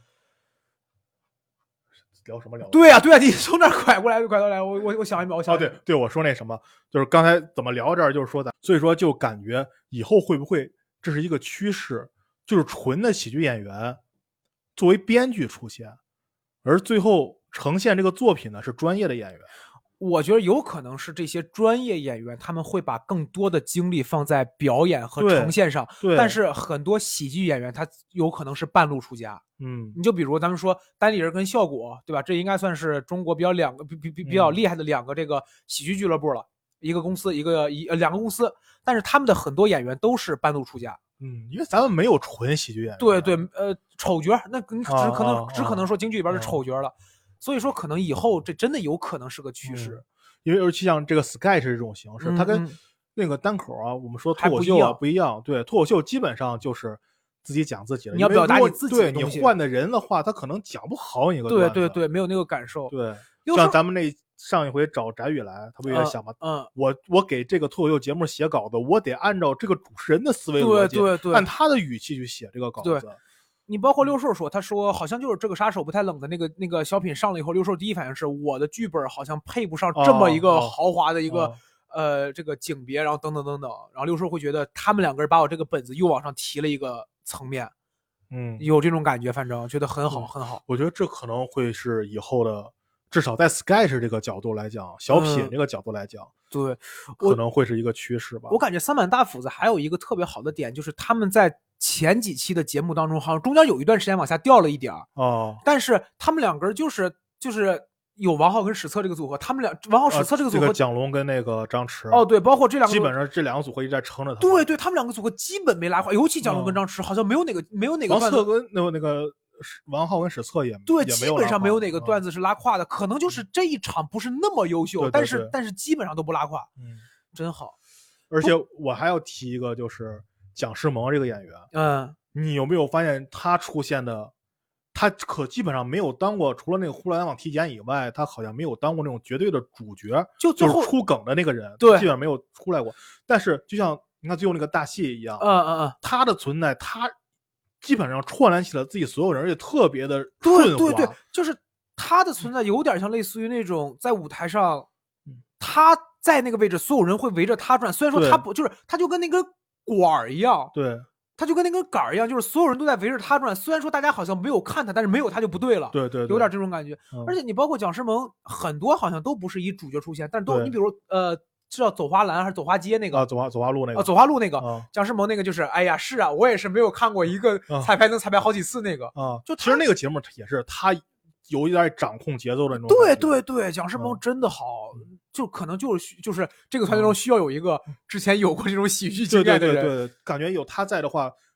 聊什么聊？ 对呀，你从那儿拐过来，我想一秒， 对，我说那什么，就是刚才怎么聊这儿，就是说所以说就感觉以后会不会这是一个趋势，就是纯的喜剧演员作为编剧出现，而最后呈现这个作品呢是专业的演员。 我觉得有可能是这些专业演员，他们会把更多的精力放在表演和呈现上。 对， 但是很多喜剧演员他有可能是半路出家。你就比如咱们说单立人跟效果，对吧？这应该算是中国比较厉害的两个这个喜剧俱乐部了，一个公司两个公司，但是他们的很多演员都是半路出家。 因为咱们没有纯喜剧演员。 对，丑角，那只可能说京剧里边是丑角了。所以说，可能以后这真的有可能是个趋势， 因为尤其像这个 sketch 这种形式，它跟那个单口啊，我们说脱口秀不一样。对，脱口秀基本上就是自己讲自己的， 你要表达你自己的东西。 对，你换的人的话，他可能讲不好你个段子。对，没有那个感受。 对，像咱们上一回找翟宇来，他不也想吗？我给这个脱口秀节目写稿子，我得按照这个主持人的思维逻辑， 对， 按他的语气去写这个稿子。 你包括六兽说，他说好像就是这个杀手不太冷的那个小品上了以后，六兽第一反应是我的剧本好像配不上这么一个豪华的一个这个景别，然后等等，然后六兽会觉得他们两个人把我这个本子又往上提了一个层面，有这种感觉，反正觉得很好，很好。 我觉得这可能会是以后的，至少在 sketch 这个角度来讲，小品这个角度来讲， 对， 可能会是一个趋势吧。 我感觉三板大斧子还有一个特别好的点，就是他们在前几期的节目当中，好像中间有一段时间往下掉了一点但是他们两个人就是有王浩跟史策这个组合，他们王浩史策这个组合， 蒋龙跟那个张弛， 对，包括这两个， 基本上这两个组合一直在撑着他。 对，他们两个组合基本没拉垮，尤其蒋龙跟张弛，好像没有哪个王策跟那个王浩跟史策也对，基本上没有哪个段子是拉胯的，可能就是这一场不是那么优秀，但是基本上都不拉胯，真好。 而且我还要提一个，就是蒋诗萌这个演员，你有没有发现他出现的，他基本上没有当过，除了那个互联网体检以外，他好像没有当过那种绝对的主角，就是出梗的那个人， 对， 基本上没有出来过。但是就像你看最后那个大戏一样，他的存在，他基本上串联起了自己所有人，而且特别的顺滑。 对，就是他的存在有点像类似于那种在舞台上，他在那个位置，所有人会围着他转。虽然说他不就是，他就跟那根管一样， 对， 他就跟那根杆一样，就是所有人都在围着他转。虽然说大家好像没有看他，但是没有他就不对了。 对， 有点这种感觉。而且你包括蒋诗萌，很多好像都不是以主角出现，但是都你比如是叫走花篮还是走花街那个？ 走花路那个。 走花路那个，蒋诗萌那个就是，哎呀，是啊，我也是没有看过一个彩排能彩排好几次那个。就其实那个节目也是他有一点掌控节奏的那种。 对，蒋诗萌真的好，就可能就是这个团队中需要有一个之前有过这种喜剧经验的人。 对，感觉有他在的话，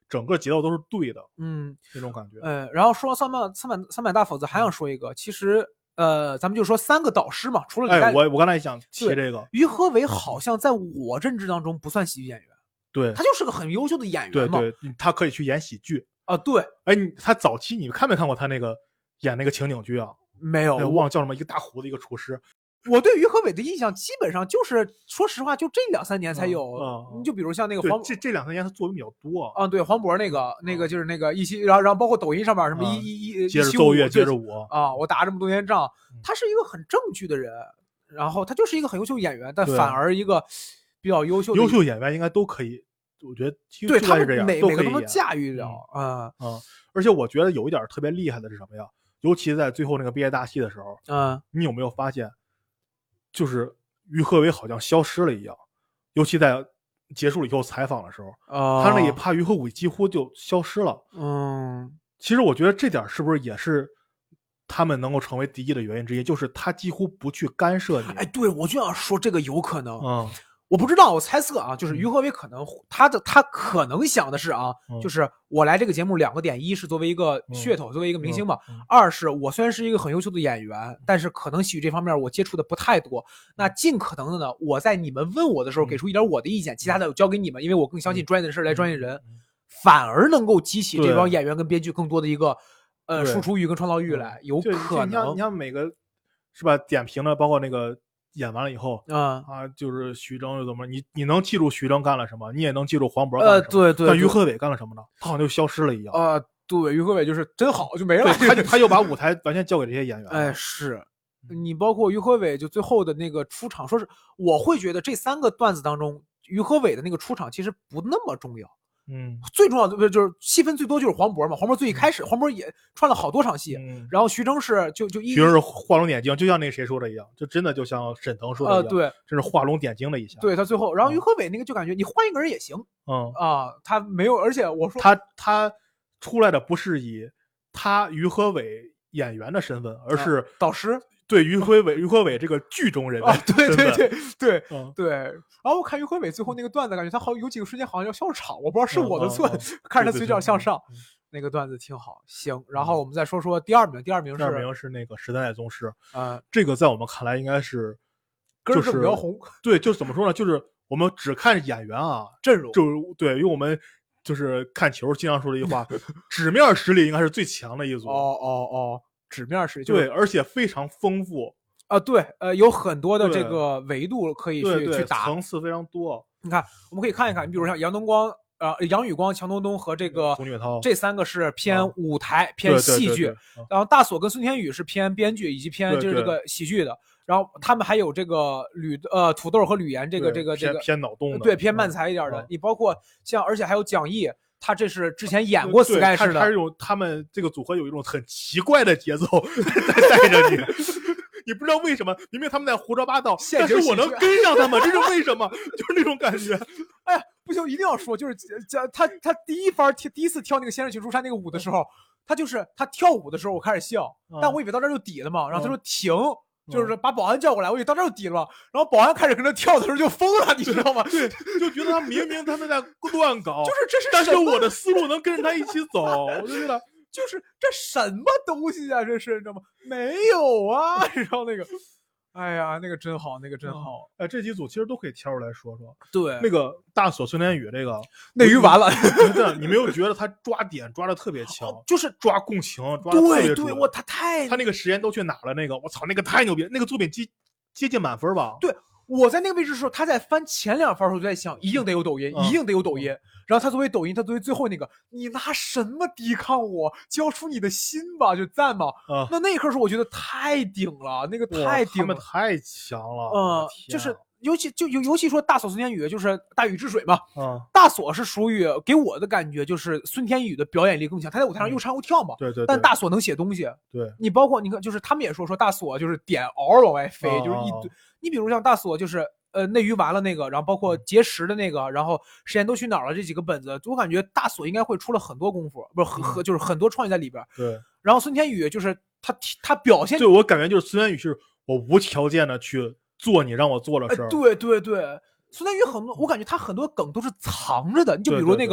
整个节奏都是对的，那种感觉。 然后说三板大斧子，还想说一个，其实咱们就说3个导师嘛，除了李诞， 我刚才也想提这个， 于和伟好像在我认知当中不算喜剧演员， 对， 他就是个很优秀的演员嘛， 对，他可以去演喜剧啊，对， 他早期你看没看过他那个演那个情景剧啊？ 没有， 我忘了叫什么，一个大胡子一个厨师。 我对于和伟的印象基本上就是，说实话，就这2-3年才有。你就比如像那个黄， 这2-3年他作品比较多啊。对，黄渤那个就是那个一期，然后包括抖音上面什么接着奏乐接着舞啊，我打这么多年仗，他是一个很正剧的人，然后他就是一个很优秀演员，但反而一个比较优秀演员应该都可以，我觉得对他们每个都能驾驭了而且我觉得有一点特别厉害的是什么呀？尤其在最后那个毕业大戏的时候，你有没有发现？就是于和伟好像消失了一样，尤其在结束了以后采访的时候，他那一趴于和伟几乎就消失了。其实我觉得这点是不是也是他们能够成为第一的原因之一，就是他几乎不去干涉你。 对，我就要说这个有可能。我不知道，我猜测啊，就是于和伟可能他可能想的是啊，就是我来这个节目2个点，一是作为一个噱头，作为一个明星嘛；2是我虽然是一个很优秀的演员，但是可能喜剧这方面我接触的不太多，那尽可能的呢，我在你们问我的时候给出一点我的意见，其他的交给你们，因为我更相信专业的事来专业人，反而能够激起这帮演员跟编剧更多的一个输出欲跟创造欲来，有可能。 你像每个是吧点评的，包括那个。演完了以后，就是徐峥又怎么？你能记住徐峥干了什么？你也能记住黄渤干了什么？ 对。 但于和伟干了什么呢？他好像就消失了一样。 对，于和伟就是真好，就没了。 他又把舞台完全交给这些演员。 是你包括于和伟就最后的那个出场，说是我会觉得这3个段子当中，于和伟的那个出场其实不那么重要。最重要的就是戏份最多就是黄渤嘛，黄渤最一开始，黄渤也串了好多场戏，然后徐峥是徐峥是画龙点睛，就像那谁说的一样，就真的就像沈腾说的一样， 对， 这是画龙点睛的一下。 对他最后，然后于和伟那个就感觉你换一个人也行，他没有，而且我说他出来的不是以他于和伟演员的身份，而是导师。 对于和伟这个剧中人对。然后我看于和伟最后那个段子，感觉他有几个瞬间好像要笑场，我不知道是我的错，看着他嘴角向上，那个段子挺好。行，然后我们再说说第二名是那个十三代宗师这个在我们看来应该是根正苗红。 对，就是怎么说呢？就是我们只看演员阵容， 就对，因为我们就是看球经常说的一句话，纸面实力应该是最强的一组。 纸面实力对，而且非常丰富对，有很多的这个维度可以去打， 层次非常多。 你看，我们可以看一看，你比如像杨宇光、强东东和这个洪岳涛， 这3个是偏舞台、偏戏剧，然后大锁跟孙天宇是偏编剧以及偏就是这个喜剧的，然后他们还有这个土豆和吕岩这个偏脑洞的， 对，偏漫才一点的。你包括像，而且还有蒋毅。他这是之前演过 Sky 式的， 他们这个组合有一种很奇怪的节奏在带着你，你不知道为什么，明明他们在胡说八道，但是我能跟上他们，这是为什么？就是那种感觉。 哎呀，不行，一定要说，就是他第一次跳那个仙人群出山那个舞的时候，他跳舞的时候我开始笑，但我以为到这就底了嘛，然后他说停。就是把保安叫过来，我以为到这就底了，然后保安开始跟着跳的时候就疯了，你知道吗？ 对，就觉得他明明他们在乱搞， 就是但是我的思路能跟着他一起走，我就觉得就是这什么东西啊，这是你知道吗？没有啊，你知道那个。哎呀，那个真好，那个真好。 这几组其实都可以挑出来说说。 对， 那个大锁孙天宇这个内娱完了， 你没有觉得他抓点抓的特别强？ 就是抓共情，抓的特别准。 对，他那个时间都去哪了？那个我操，那个太牛逼，那个作品接近满分吧？ 对，我在那个位置的时候，他在翻前2番的时候就在想，一定得有抖音，一定得有抖音。然后他作为抖音，他作为最后那个，你拿什么抵抗我？交出你的心吧，就赞嘛。那一刻时候我觉得太顶了，那个太顶了， 他们太强了。 就是尤其说大锁孙天宇，就是大禹治水嘛。大锁是属于给我的感觉就是孙天宇的表演力更强，他在舞台上又唱又跳嘛。 对。 但大锁能写东西。 对。 你包括你看，就是他们也说大锁就是点嗷往外飞，就是一堆。你比如像大锁就是。内娱完了那个，然后包括结识的那个，然后时间都去哪儿了这几个本子，我感觉大锁应该会出了很多功夫，不是就是很多创意在里边。 对。 然后孙天宇就是他表现， 对我感觉就是孙天宇是我无条件的去做你让我做的事儿。 对。孙天宇很多，我感觉他很多梗都是藏着的。你就比如那个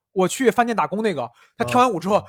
我去饭店打工那个，他跳完舞之后，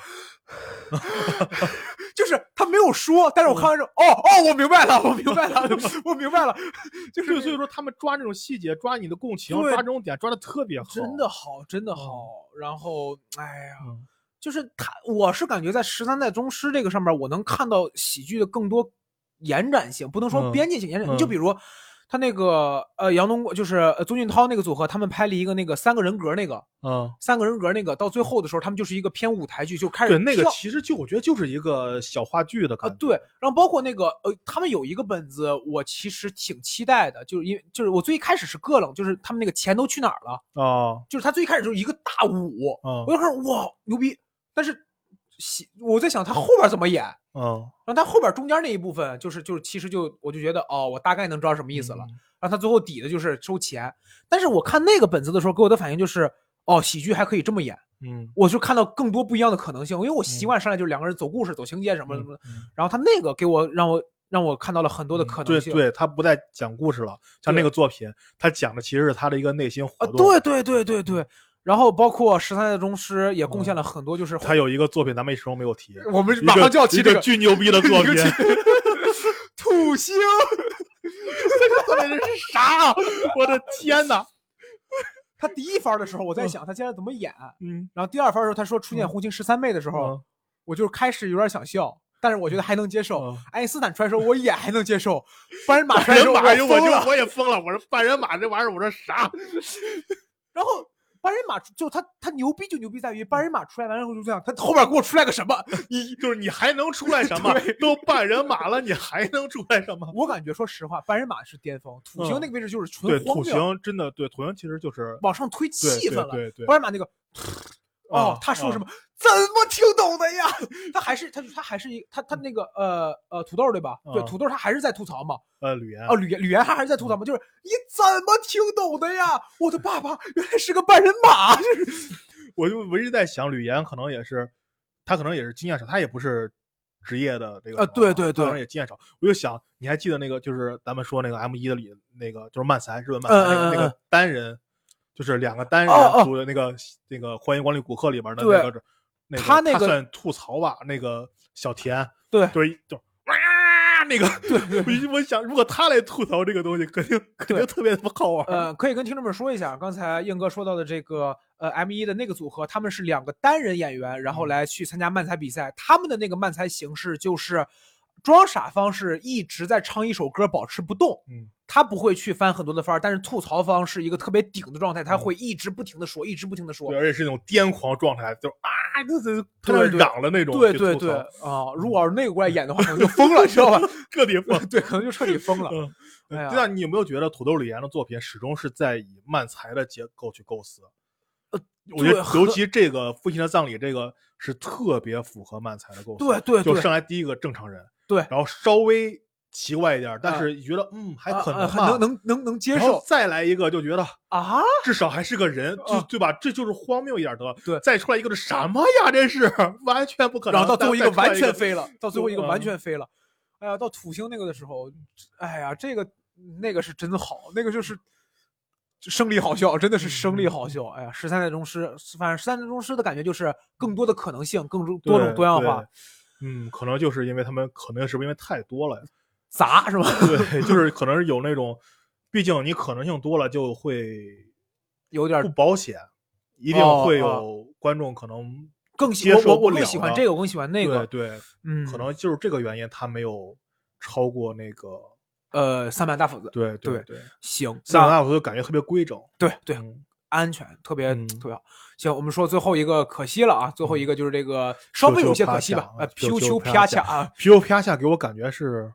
就是他没有说，但是我看完之后，我明白了，我明白了，就是所以说他们抓这种细节，抓你的共情，抓这种点，抓的特别好， 真的好，真的好。然后，哎呀，就是我是感觉在13代宗师这个上面，我能看到喜剧的更多延展性，不能说边界性延展。就比如他那个杨东就是宗俊涛那个组合，他们拍了一个那个3个人格那个，3个人格那个，到最后的时候，他们就是一个偏舞台剧，就开始对那个其实我觉得就是一个小话剧的感觉。 对，然后包括那个他们有一个本子，我其实挺期待的，就是我最一开始是膈冷，就是他们那个钱都去哪儿了就是他最一开始就是一个大舞，我就看哇牛逼，但是我在想他后边怎么演。然后他后边中间那一部分就是其实我就觉得我大概能知道什么意思了。然后他最后抵的就是收钱，但是我看那个本子的时候给我的反应就是喜剧还可以这么演。我就看到更多不一样的可能性，因为我习惯上来就是2个人走故事走情节什么什么的。然后他那个给我让我看到了很多的可能性。 对，他不再讲故事了，像那个作品他讲的其实是他的一个内心活动。 对。然后包括13代宗师也贡献了很多，就是他有一个作品咱们始终没有提， 我们马上就要提这个巨牛逼的作品土星这个作品是啥我的天哪他第一番的时候我在想他现在怎么演，然后第二番的时候他说出现红星13妹的时候，我就开始有点想笑，但是我觉得还能接受。爱因斯坦出来的时候我也还能接受，半人马出来的时候我也疯了，我说半人马这玩意儿我说啥然后半人马就他牛逼就牛逼在于半人马出来完之后就这样，他后边给我出来个什么？ 你还能出来什么？都半人马了，你还能出来什么？ 我感觉说实话，半人马是巅峰，土星那个位置就是纯荒谬。 土星真的对，土星其实就是往上推气氛了。 对， 半人马那个他说什么？怎么听懂的呀？他还是他那个土豆对吧？对，土豆他还是在吐槽嘛。吕岩他还是在吐槽嘛，就是你怎么听懂的呀？我的爸爸原来是个半人马。 我就一直在想，吕岩可能也是经验少，他也不是职业的这个对， 可能也经验少。我就想，你还记得那个就是咱们说那个 M1的里那个就是漫才日本漫才那个单人，就是2个单人组的那个欢迎光临骨科里边的那个他算吐槽吧，那个小田对就哇那个对，我想如果他来吐槽这个东西，肯定特别好玩。 可以跟听众们说一下，刚才硬哥说到的这个M1的那个组合，他们是2个单人演员，然后来去参加漫才比赛。他们的那个漫才形式就是装傻方式一直在唱一首歌保持不动，他不会去翻很多的番，但是吐槽方是一个特别顶的状态，他会一直不停的说，一直不停的说， 对，而且是那种癫狂状态，就他嚷的那种。 对如果是那个过来演的话，可能就疯了，知道吧？ 彻底疯， 对，可能就彻底疯了。 那你有没有觉得土豆李岩的作品始终是在以漫才的结构去构思？我觉得尤其这个父亲的葬礼，这个是特别符合漫才的构思。 对， 就上来第一个正常人， 对， 然后稍微奇怪一点，但是觉得还可能能接受。 再来一个就觉得至少还是个人，对吧？这就是荒谬一点的。 对， 再出来一个是什么呀？这是完全不可能。 然后到最后一个完全飞了，哎呀，到土星那个的时候，哎呀，那个是真好，那个就是生理好笑，真的是生理好笑。哎呀，13代宗师，反正13代宗师的感觉就是更多的可能性，更多种多样化。 可能就是因为他们可能是因为太多了， 杂是吧？ 对，就是可能是有那种，毕竟你可能性多了，就会有点不保险，一定会有观众可能更接受不了。 我更喜欢这个，我更喜欢那个。 对，可能就是这个原因，他没有超过那个三板大斧子。 对， 行， 三板大斧子感觉特别规整。 对，安全特别好。行，我们说最后一个可惜了啊，最后一个就是这个稍微有些可惜吧。皮丘啪恰啊， 皮丘啪恰给我感觉是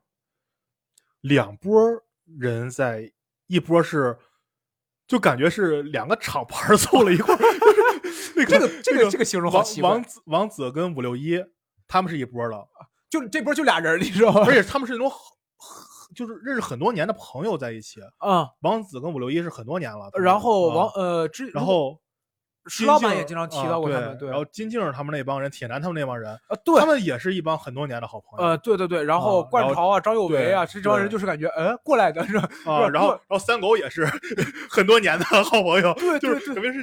2波人在一波是，就感觉是2个厂牌凑了一块儿。 这个形容好奇怪。 王子跟561他们是一波的， 就这波就俩人，你知道吗？ 而且他们是那种就是认识很多年的朋友在一起。王子跟561是很多年了， 然后然后石老板也经常提到过他们。对， 然后金靖他们那帮人，铁男他们那帮人， 对， 他们也是一帮很多年的好朋友。 对，然后冠潮啊、张有为啊，这帮人就是感觉过来的是吧？ 然后三狗也是很多年的好朋友。 对， 就是特别是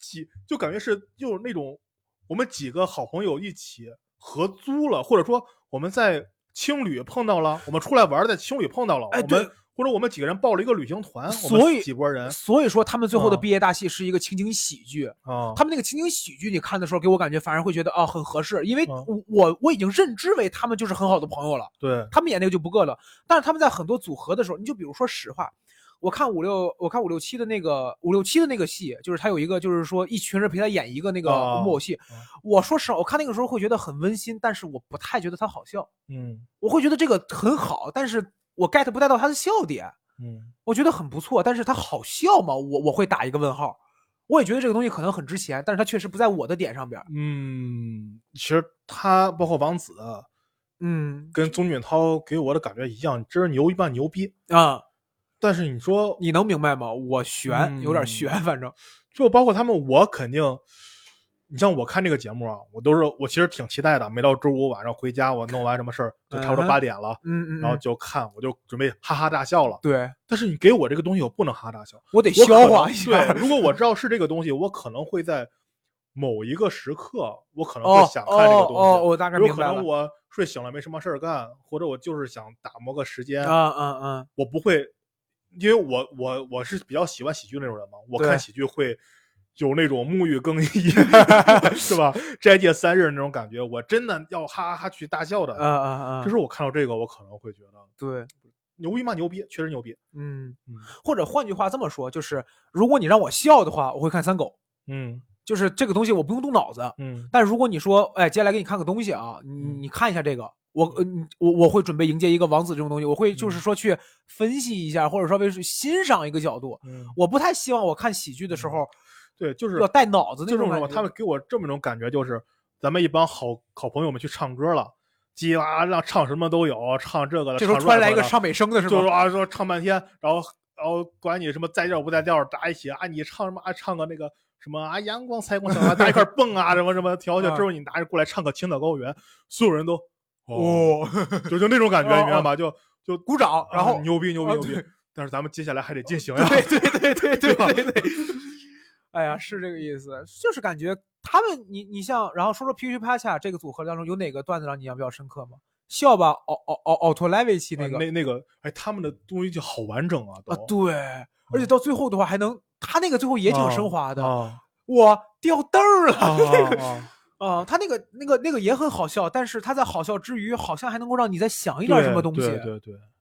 就感觉是就那种我们几个好朋友一起合租了，或者说我们在青旅碰到了，我们出来玩在青旅碰到了， 哎， 我们或者我们几个人报了一个旅行团， 所以我们几拨人， 所以说他们最后的毕业大戏是一个情景喜剧啊。 他们那个情景喜剧，你看的时候给我感觉反而会觉得很合适，因为啊我已经认知为他们就是很好的朋友了， 对， 他们演那个就不个了。但是他们在很多组合的时候，你就比如说实话，我看五六七的那个戏，就是他有一个就是说一群人陪他演一个那个木偶戏。我说实话，我看那个时候会觉得很温馨，但是我不太觉得他好笑。我会觉得这个很好，但是我 get 不到他的笑点。我觉得很不错，但是它好笑吗？我会打一个问号。我也觉得这个东西可能很值钱，但是它确实不在我的点上边。 其实他包括王子，跟宗俊涛给我的感觉一样，真是牛一般牛逼啊。 但是你说你能明白吗？我悬，有点悬，反正就包括他们，我肯定。你像我看这个节目啊，我其实挺期待的。每到周五晚上回家，我弄完什么事儿就差不多8点了，然后就看，我就准备哈哈大笑了。 对， 但是你给我这个东西，我不能哈哈大笑， 我得消化一下。 对，如果我知道是这个东西，我可能会在某一个时刻，我可能会想看这个东西。 我大概明白了。 有可能我睡醒了没什么事儿干，或者我就是想打磨个时间。我不会，因为我是比较喜欢喜剧那种人嘛，我看喜剧会。有那种沐浴更衣是吧？斋戒3日那种感觉，我真的要哈哈去大笑的。这是我看到这个，我可能会觉得， 对， 牛逼吗？牛逼，确实牛逼。 或者换句话这么说，就是如果你让我笑的话，我会看三狗。就是这个东西我不用动脑子。但如果你说，哎，接下来给你看个东西啊，你看一下这个，我会准备迎接一个王子这种东西，我会就是说去分析一下，或者稍微是欣赏一个角度。我不太希望我看喜剧的时候。 对，就是要带脑子那种感觉。 他们给我这么一种感觉，就是咱们一帮好朋友们去唱歌了，叽啦让唱什么都有，唱这个的。 这时候突然来一个上美声的是吧？ 就是说唱半天，然后管你什么在调不在调，大家一起你唱什么唱个那个什么阳光彩光小大家一块蹦什么什么调调，之后你拿着过来唱个青岛高原，所有人都就那种感觉，你明白吗？就鼓掌，然后牛逼。但是咱们接下来还得进行呀。 对。哎呀，是这个意思，就是感觉他们，你像，然后说皮皮啪恰这个组合当中有哪个段子让你印象比较深刻吗？笑吧，奥托莱维奇那个，哎，他们的东西就好完整啊， 对，而且到最后的话还能，他那个最后也挺升华的，我掉凳了，他那个也很好笑，但是他在好笑之余，好像还能够让你再想一点什么东西， 对，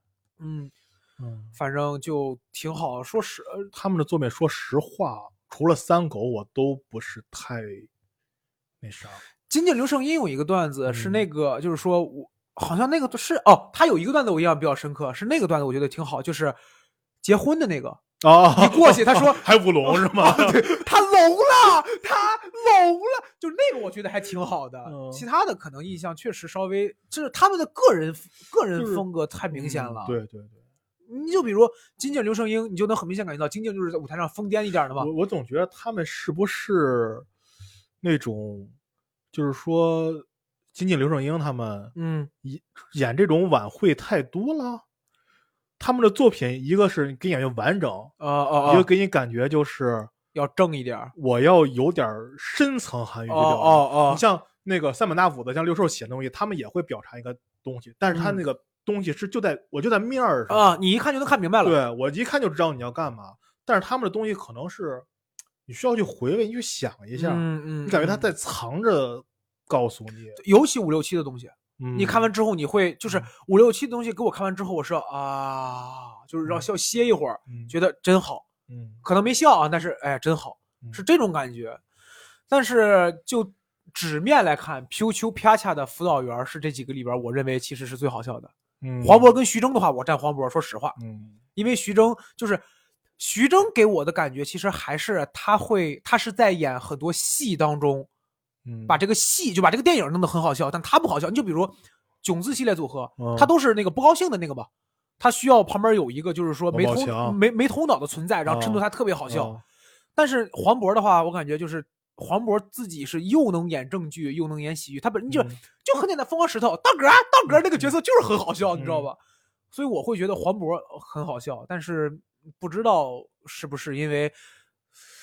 反正就挺好。 他们的作品，说实话。除了三狗，我都不是太那啥。 金靖刘胜英有一个段子是那个，就是说我好像那个是他有一个段子我印象比较深刻，是那个段子我觉得挺好，就是结婚的那个你过去他说还舞龙是吗？ 对，他聋了，就那个我觉得还挺好的。其他的可能印象确实稍微，就是他们的个人风格太明显了。 对。 你就比如金靖刘胜英，你就能很明显感觉到金靖就是在舞台上疯癫一点的嘛。 我总觉得他们是不是那种，就是说金靖刘胜英他们，演这种晚会太多了。他们的作品一个是给你感觉完整，一个给你感觉就是要正一点， 我要有点深层含义。你像那个三本大斧子，像六兽写的东西，他们也会表达一个东西，但是他那个。东西是我就在面上你一看就能看明白了。 对，我一看就知道你要干嘛。但是他们的东西可能是你需要去回味，你去想一下，你感觉他在藏着告诉你。 尤其5、6、7的东西，你看完之后你会就是5、6、7的东西给我看完之后，我说就是要歇一会儿，觉得真好。可能没笑啊，但是哎真好，是这种感觉。但是就纸面来看，皮丘啪恰的辅导员是这几个里边，我认为其实是最好笑的。黄渤跟徐峥的话，我站黄渤，说实话，因为徐峥给我的感觉，其实还是他是在演很多戏当中，把这个戏就把这个电影弄得很好笑，但他不好笑。你就比如囧字系列组合，他都是那个不高兴的那个吧，他需要旁边有一个就是说没头脑的存在，然后衬托他特别好笑。但是黄渤的话，我感觉就是。黄渤自己是又能演正剧又能演喜剧，他本身就很简单，疯狂石头大哥那个角色就是很好笑，你知道吧？所以我会觉得黄渤很好笑，但是不知道是不是因为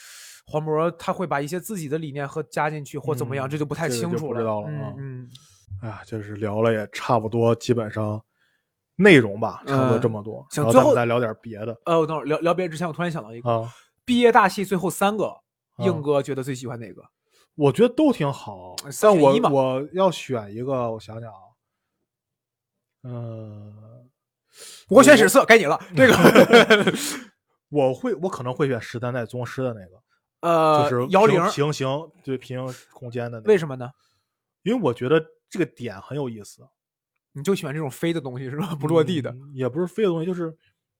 黄渤他会把一些自己的理念和加进去或怎么样，这就不太清楚不知道了嗯啊。 嗯， 哎呀，就是聊了也差不多，基本上内容吧，差不多这么多。 行， 然后最后咱们再聊点别的。 我等会儿聊别的之前，我突然想到一个， 啊， 毕业大戏最后3个， 啊硬哥觉得最喜欢哪个？ 我觉得都挺好， 三但选一嘛我要选一个，我想想啊， 我选史册，该你了。这个我可能会选十三代宗师的那个，就是 10 平行对平行空间的那个。 为什么呢？ 因为我觉得这个点很有意思。 你就喜欢这种飞的东西是吧？不落地的， 也不是飞的东西，就是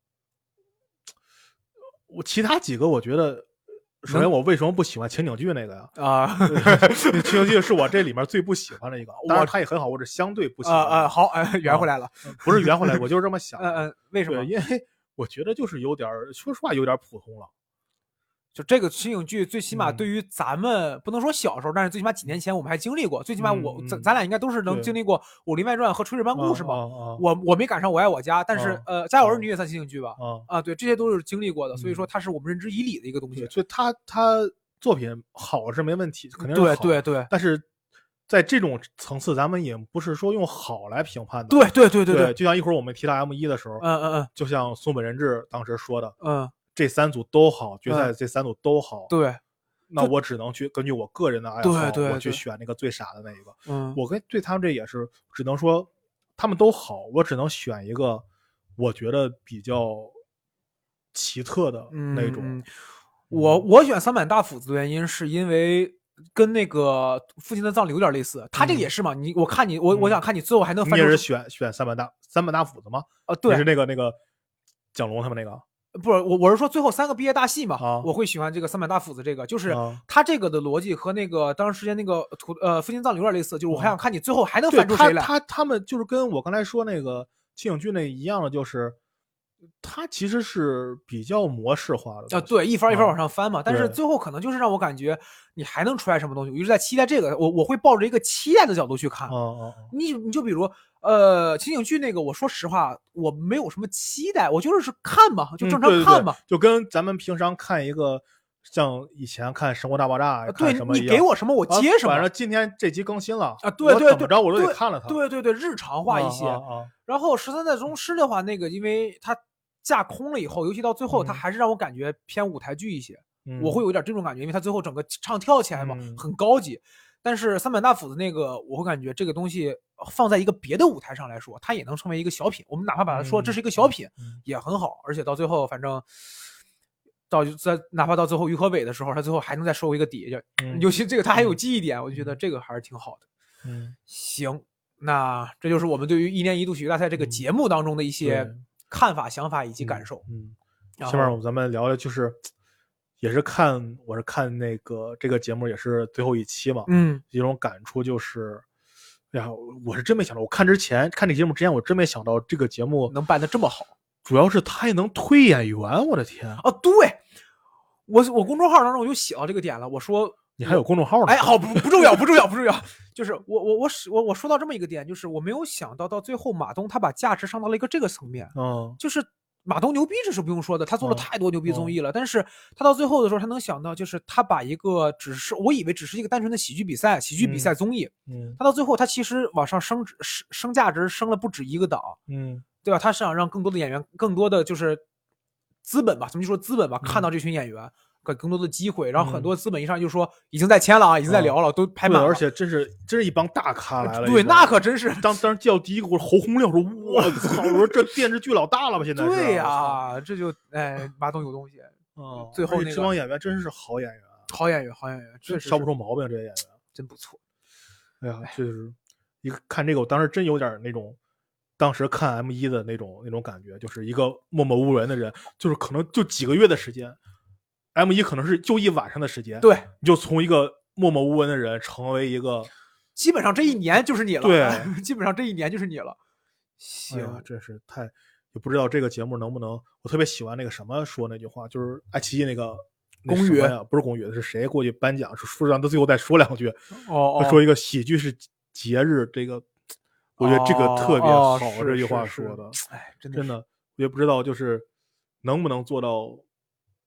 我其他几个我觉得。首先，我为什么不喜欢情景剧那个呀？ 啊， 情景剧是我这里面最不喜欢的一个，当然它也很好，我是相对不喜欢。 好，圆回来了， 不是圆回来，我就是这么想。 为什么？ 因为我觉得就是有点，说实话有点普通了。 就这个情景剧，最起码对于咱们不能说小时候，但是最起码几年前我们还经历过。最起码咱俩应该都是能经历过《武林外传》和《炊事班故事》嘛。我没赶上《我爱我家》，但是《家有儿女》也算情景剧吧？对，这些都是经历过的，所以说它是我们认知以理的一个东西。 所以他作品好是没问题，肯定是好。 对。 但是在这种层次，咱们也不是说用好来评判的。 对。 就像一会儿我们提到 M1的时候，就像松本人志当时说的，这3组都好，决赛这3组都好。 对， 那我只能去根据我个人的爱好，我去选那个最傻的那一个。我对他们这也是只能说他们都好，我只能选一个我觉得比较奇特的那种。 我选三板大斧子的原因是因为跟那个父亲的葬礼有点类似，他这个也是嘛。我想看你最后还能翻。 你也是选三板大斧子吗？ 对， 你是那个蒋龙他们那个。 不是我是说最后3个毕业大戏嘛，我会喜欢这个三板大斧子这个，就是他这个的逻辑和那个当时间那个父亲葬礼有点类似，就是我还想看你最后还能翻出谁来。 他们就是跟我刚才说那个情景剧那一样的，就是它其实是比较模式化的对，一番一番往上翻嘛。但是最后可能就是让我感觉你还能出来什么东西，我一直在期待这个，我会抱着一个期待的角度去看。你就比如情景剧那个，我说实话我没有什么期待，我就是看嘛，就正常看嘛。 就跟咱们平常看一个像以前看《生活大爆炸》 对， 什么你给我什么我接什么。 反正今天这集更新了对， 怎么着我都得看了它。 对，日常化一些。然后13代宗师的话，那个因为它架空了以后，尤其到最后它还是让我感觉偏舞台剧一些。我会有点这种感觉，因为它最后整个唱跳起来嘛，很高级。但是三板大斧子那个，我会感觉这个东西放在一个别的舞台上来说，它也能成为一个小品。我们哪怕把它说这是一个小品，也很好。而且到最后，反正哪怕到最后于和伟的时候，他最后还能再收一个底，尤其这个他还有记忆点，我就觉得这个还是挺好的。行，那这就是我们对于1年1度喜剧大赛这个节目当中的一些看法、想法以及感受。 下面咱们聊聊就是。我是看那个这个节目也是最后一期嘛，一种感触就是，哎呀，我是真没想到，我看这个节目之前，我真没想到这个节目能办得这么好， 主要是他还能推演员，我的天！ 对，我公众号当中我就写到这个点了，我说你还有公众号呢？ 哎，好，不重要，就是我说到这么一个点，就是我没有想到最后马东他把价值上到了一个这个层面，就是。马东牛逼这是不用说的，他做了太多牛逼综艺了，但是他到最后的时候，他能想到就是他把一个我以为只是一个单纯的喜剧比赛综艺，他到最后他其实往上升价值升了不止一个档，对吧？他是想让更多的演员，更多的就是资本吧，怎么就说资本吧，看到这群演员。更多的机会，然后很多资本一上就说已经在签了啊，已经在聊了，都拍满了， 而且真是一帮大咖来了。 对，那可真是。 当时叫第一个，我侯鸿亮说：“我操！”我说这电视剧老大了吧？现在是。 对呀，这就马东有东西。最后这帮演员真是好演员， 好演员， 真挑不出毛病，这些演员真不错。 哎呀，就是一个看这个，我当时真有点那种。当时看 M1的那种感觉，就是一个默默无闻的人，就是可能就几个月的时间。M1可能是就一晚上的时间， 对， 你就从一个默默无闻的人成为一个， 基本上这一年就是你了， 对， 基本上这一年就是你了。 行，真是太，也不知道这个节目能不能，我特别喜欢那个什么说那句话，就是爱奇艺那个龚宇， 不是龚宇，是谁过去颁奖，说让他最后再说2句，说一个喜剧是节日，这个我觉得这个特别好，这句话说的， 哎， 真的，我也不知道就是能不能做到。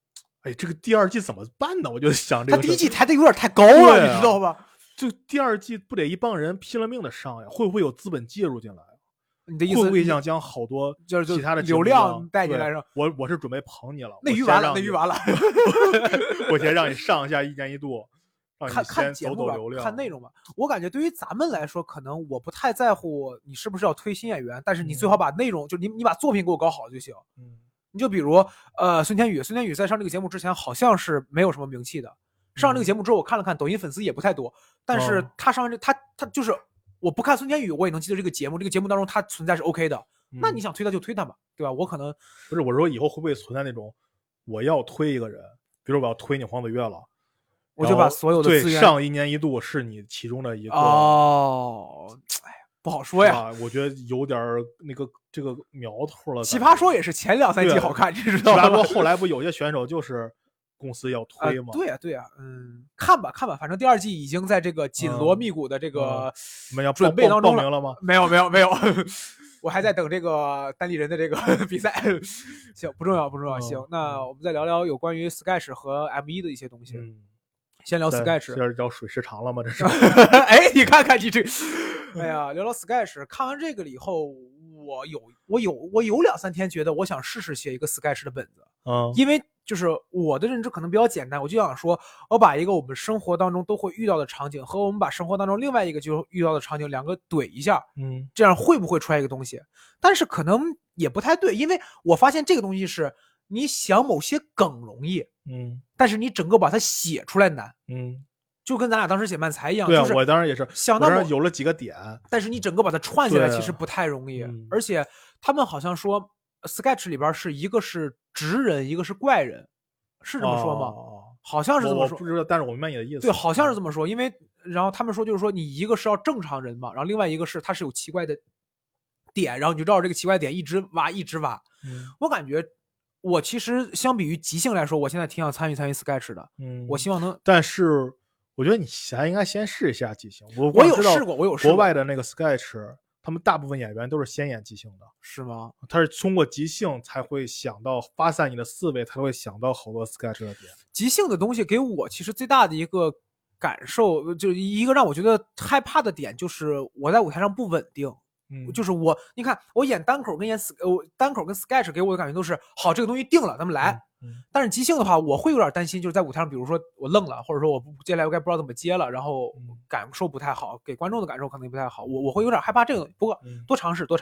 哎，这个第二季怎么办呢？我就想这个。 他第一季抬的有点太高了，你知道吧？ 就第二季不得一帮人拼了命的上呀？会不会有资本介入进来？ 你的意思会不会像将好多其他的流量带进来上？ 我是准备捧你了， 那鱼完了，那鱼完了。 我先让你上一下一年一度， 看节目吧，看内容吧。我感觉对于咱们来说，可能我不太在乎你是不是要推新演员，但是你最好把内容，就你把作品给我搞好就行。你就比如孙天宇在上这个节目之前好像是没有什么名气的，上这个节目之后我看了看抖音粉丝也不太多，但是他上他就是我不看孙天宇我也能记得这个节目当中他存在是 OK 的。那你想推他就推他嘛，对吧？我可能不是我说以后会不会存在那种我要推一个人，比如我要推你黄子悦了， 我就把所有的资源上一年一度是你其中的一个不好说呀。 我觉得有点那个这个苗头了。 奇葩说也是前2-3季好看，你知道吗？ 奇葩说后来不有些选手就是公司要推吗？ 对呀，看吧，反正第2季已经在这个紧锣密鼓的这个准备当中报名了吗？ 没有，我还在等这个单立人的这个比赛。行，不重要。行，那我们再聊聊有关于 Sketch 和 M1 的一些东西。先聊 Sketch， 这聊水时长了吗？这是。 哎，你看看你这，哎呀，聊聊 Sketch。看完这个了以后，我有2-3天觉得我想试试写一个 Sketch 的本子。因为就是我的认知可能比较简单，我就想说，我把一个我们生活当中都会遇到的场景和我们把生活当中另外一个就遇到的场景两个怼一下，这样会不会出来一个东西？但是可能也不太对，因为我发现这个东西是你想某些梗容易，但是你整个把它写出来难，就跟咱俩当时写漫才一样。 对啊， 就是我当时也是想到有了几个点， 但是你整个把它串起来其实不太容易。而且他们好像说 Sketch 里边是一个是直人，一个是怪人，是这么说吗？好像是这么说， 我不知道，但是我明白你的意思。 对，好像是这么说。因为然后他们说就是说你一个是要正常人嘛，然后另外一个是他是有奇怪的点，然后你就照着这个奇怪点一直挖。我感觉我其实相比于即兴来说，我现在挺想参与 Sketch 的。我希望能， 但是我觉得你还应该先试一下即兴。我有试过， 国外的那个 Sketch， 他们大部分演员都是先演即兴的。 是吗？ 他是通过即兴才会想到发散你的思维，才会想到好多 Sketch 的点。 即兴的东西给我其实最大的一个感受，就是一个让我觉得害怕的点，就是我在舞台上不稳定。就是你看我演单口跟单口跟 Sketch 给我的感觉都是好，这个东西定了，咱们来。但是即兴的话，我会有点担心，就是在舞台上，比如说我愣了，或者说我接下来我该不知道怎么接了，然后感受不太好，给观众的感受可能也不太好，我会有点害怕这个。不过多尝试。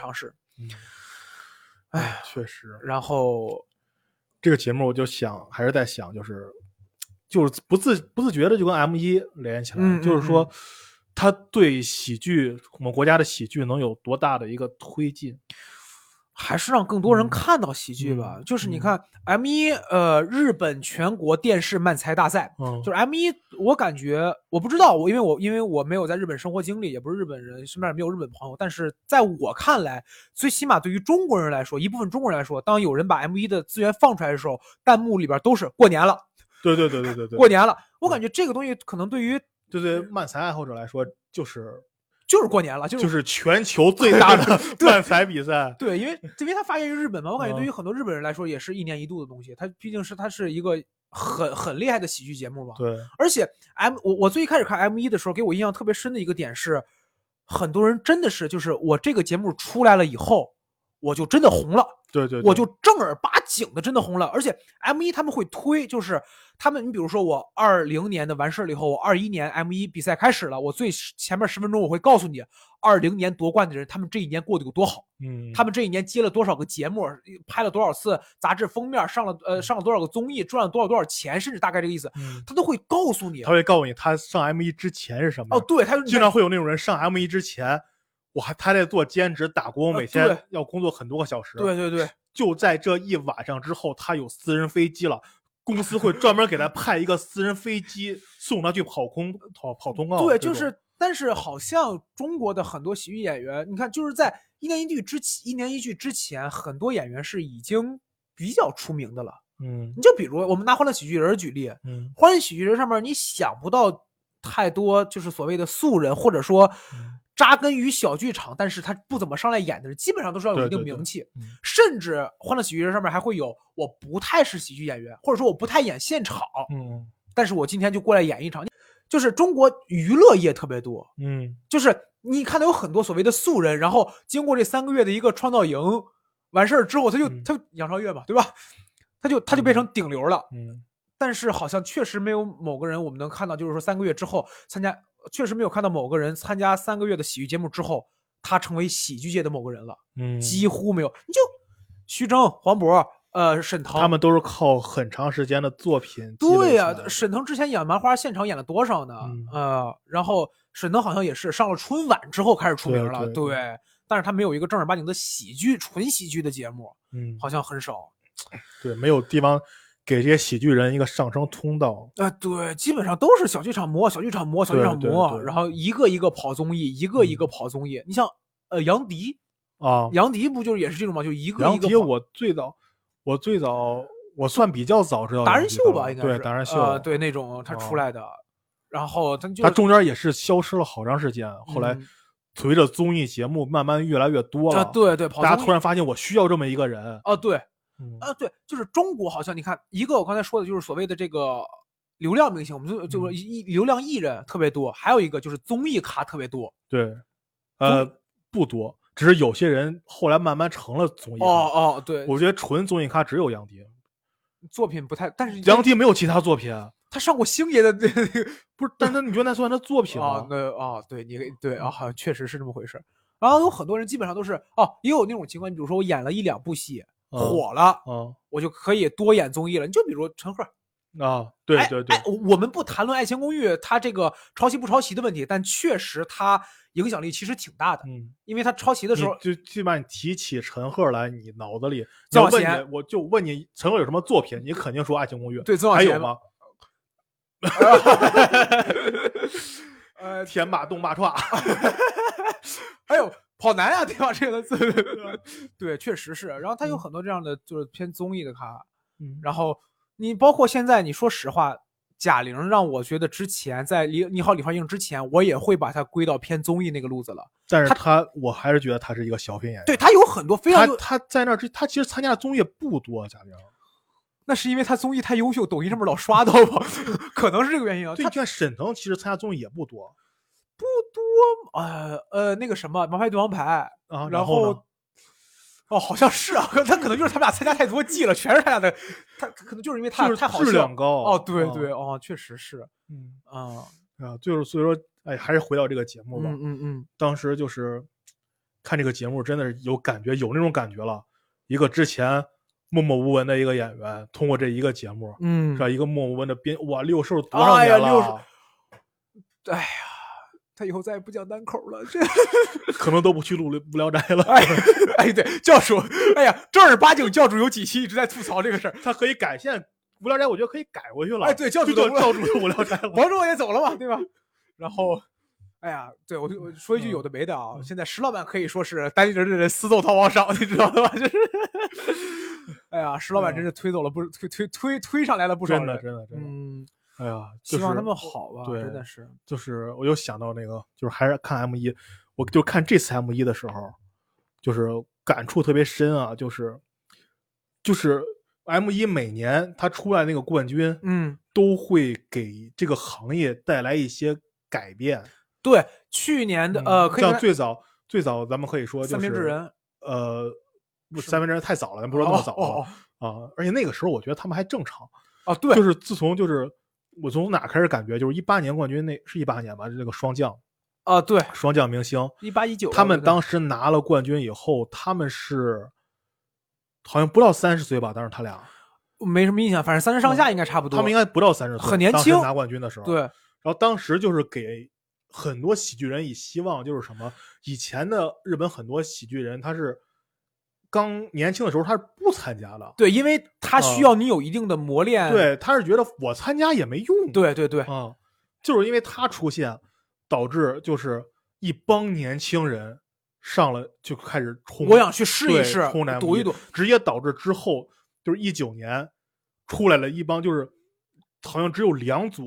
哎， 确实。 然后这个节目我就还是在想，就是不自觉的就跟 M1 连起来，就是说他对喜剧，我们国家的喜剧能有多大的一个推进？ 还是让更多人看到喜剧吧。就是你看 M1 日本全国电视漫才大赛，就是 M1 我感觉我不知道，因为我没有在日本生活经历，也不是日本人，身边没有日本朋友，但是在我看来，最起码对于中国人来说，一部分中国人来说，当有人把 M1 的资源放出来的时候，弹幕里边都是过年了。 对， 过年了。我感觉这个东西可能对于漫才爱好者来说就是过年了， 就是全球最大的漫才比赛。 对，因为它发源于日本嘛，我感觉对于很多日本人来说也是1年1度的东西。它毕竟它是一个很厉害的喜剧节目嘛。 对， 而且我最一开始看 M1 的时候，给我印象特别深的一个点是，很多人真的是就是我这个节目出来了以后，我就真的红了。 对， 我就正儿八经的真的红了。而且 M1 他们会推，就是你比如说我20年的完事了以后，我21年 M1 比赛开始了，我最前面10分钟我会告诉你20年夺冠的人他们这一年过得有多好，他们这一年接了多少个节目，拍了多少次杂志封面，上了多少个综艺，赚了多少钱，甚至大概这个意思，他都会告诉你。 他会告诉你他上 M1 之前是什么。 对，他经常会有那种人上 M1 之前，他在做兼职打工，每天要工作很多个小时。 对， 就在这一晚上之后，他有私人飞机了，公司会专门给他派一个私人飞机送他去跑通告。 对，但是好像中国的很多喜剧演员，你看就是在一年一剧之前，很多演员是已经比较出名的了。你就比如我们拿欢乐喜剧人举例，欢乐喜剧人上面你想不到太多就是所谓的素人，或者说扎根于小剧场，但是他不怎么上来演的人，基本上都是要有一定名气。甚至《欢乐喜剧人》上面还会有我不太是喜剧演员，或者说我不太演现场，但是我今天就过来演一场。就是中国娱乐业特别多，就是你看到有很多所谓的素人，然后经过这3个月的一个创造营，完事儿之后他杨超越吧，对吧？他就变成顶流了。但是好像确实没有某个人我们能看到，就是说3个月之后确实没有看到某个人参加3个月的喜剧节目之后，他成为喜剧界的某个人了。几乎没有。你就徐峥、黄渤。沈腾他们都是靠很长时间的作品。 对呀，沈腾之前演麻花现场演了多少呢？然后沈腾好像也是上了春晚之后开始出名了，对。但是他没有一个正儿八经的纯喜剧的节目，好像很少。 对，没有地方给这些喜剧人一个上升通道。 对，基本上都是小剧场磨，然后一个一个跑综艺，一个一个跑综艺。你像杨迪啊， 杨迪不就是也是这种吗？就一个一个。 杨迪我最早我算比较早知道达人秀吧，应该是对达人秀， 对那种他出来的，然后他中间也是消失了好长时间，后来随着综艺节目慢慢越来越多了， 对， 大家突然发现我需要这么一个人。 对，对，就是中国好像你看一个我刚才说的就是所谓的这个流量明星，我们就是流量艺人特别多，还有一个就是综艺咖特别多。 对，不多。只是有些人后来慢慢成了综艺咖。 对， 我觉得纯综艺咖只有杨迪， 作品不太，但是杨迪没有其他作品。 他上过星爷的那个， 不是？但是你觉得那算他作品吗？ 对，对好像确实是这么回事。然后有很多人基本上都是也有那种情况，你比如说我演了1、2部戏火了，我就可以多演综艺了。你就比如陈赫。 对， 我们不谈论《爱情公寓》他这个抄袭不抄袭的问题，但确实他影响力其实挺大的。因为他抄袭的时候， 就基本上你提起陈赫来，你脑子里曾小贤， 我就问你陈赫有什么作品，你肯定说《爱情公寓》。 对， 还有吗？天马动马创， 还有跑男啊，对吧？这个对，确实是。然后他有很多这样的就是偏综艺的咖，然后。你包括现在，你说实话，贾玲让我觉得之前在你好李焕英之前，我也会把她归到偏综艺那个路子了。 但是我还是觉得她是一个小品演员。 对，她有很多非常她在那她其实参加的综艺不多，贾玲。 那是因为她综艺太优秀，抖音上面老刷到吧？可能是这个原因啊。 对，像沈腾其实参加综艺也不多。 那个什么《王牌对王牌》 啊， 然后。好像是啊，他可能就是他们俩参加太多季了，全是他俩的，他可能就是因为他太好笑， 质量高。 对，确实是， 就是所以说，还是回到这个节目吧。当时就是看这个节目，真的是有感觉，有那种感觉了。一个之前默默无闻的一个演员，通过这一个节目，是吧？一个默默无闻的哇，6兽多少年了？ 哎呀。他以后再也不讲单口了，这可能都不去录无聊斋了。 对，教主，正儿八经教主有几期一直在吐槽这个事儿， 他可以改现无聊斋，我觉得可以改回去了。 对，教主的无聊斋了， 王总也走了嘛，对吧？然后，对我说一句有的没的啊，现在石老板可以说是单立人私走逃亡赏，你知道的吧？就是，石老板真是推走了推上来了不少人， 真的。 希望他们好吧， 对， 真的是。 就是我又想到那个，就是还是看 M1，我就看这次 M1的时候，就是感触特别深啊，就是 M1每年他出来那个冠军，都会给这个行业带来一些改变。 对，去年的像最早咱们可以说就是三明治人， 三明治人太早了，咱不说那么早了而且那个时候我觉得他们还正常对， 就是自从我从哪开始感觉就是18年冠军，那是18年吧，这个双降对， 双降明星 18、19， 他们当时拿了冠军以后，他们是好像不到30岁吧，当时他俩没什么印象，反正30上下应该差不多， 他们应该不到30岁， 很年轻， 拿冠军的时候。 对， 然后当时就是给很多喜剧人以希望，就是什么以前的日本很多喜剧人他是刚年轻的时候他是不参加的， 对，因为他需要你有一定的磨练， 对，他是觉得我参加也没用， 对， 就是因为他出现，导致就是一帮年轻人上了就开始冲， 我想去试一试，赌一赌， 直接导致之后就是19年出来了一帮，就是好像只有2组，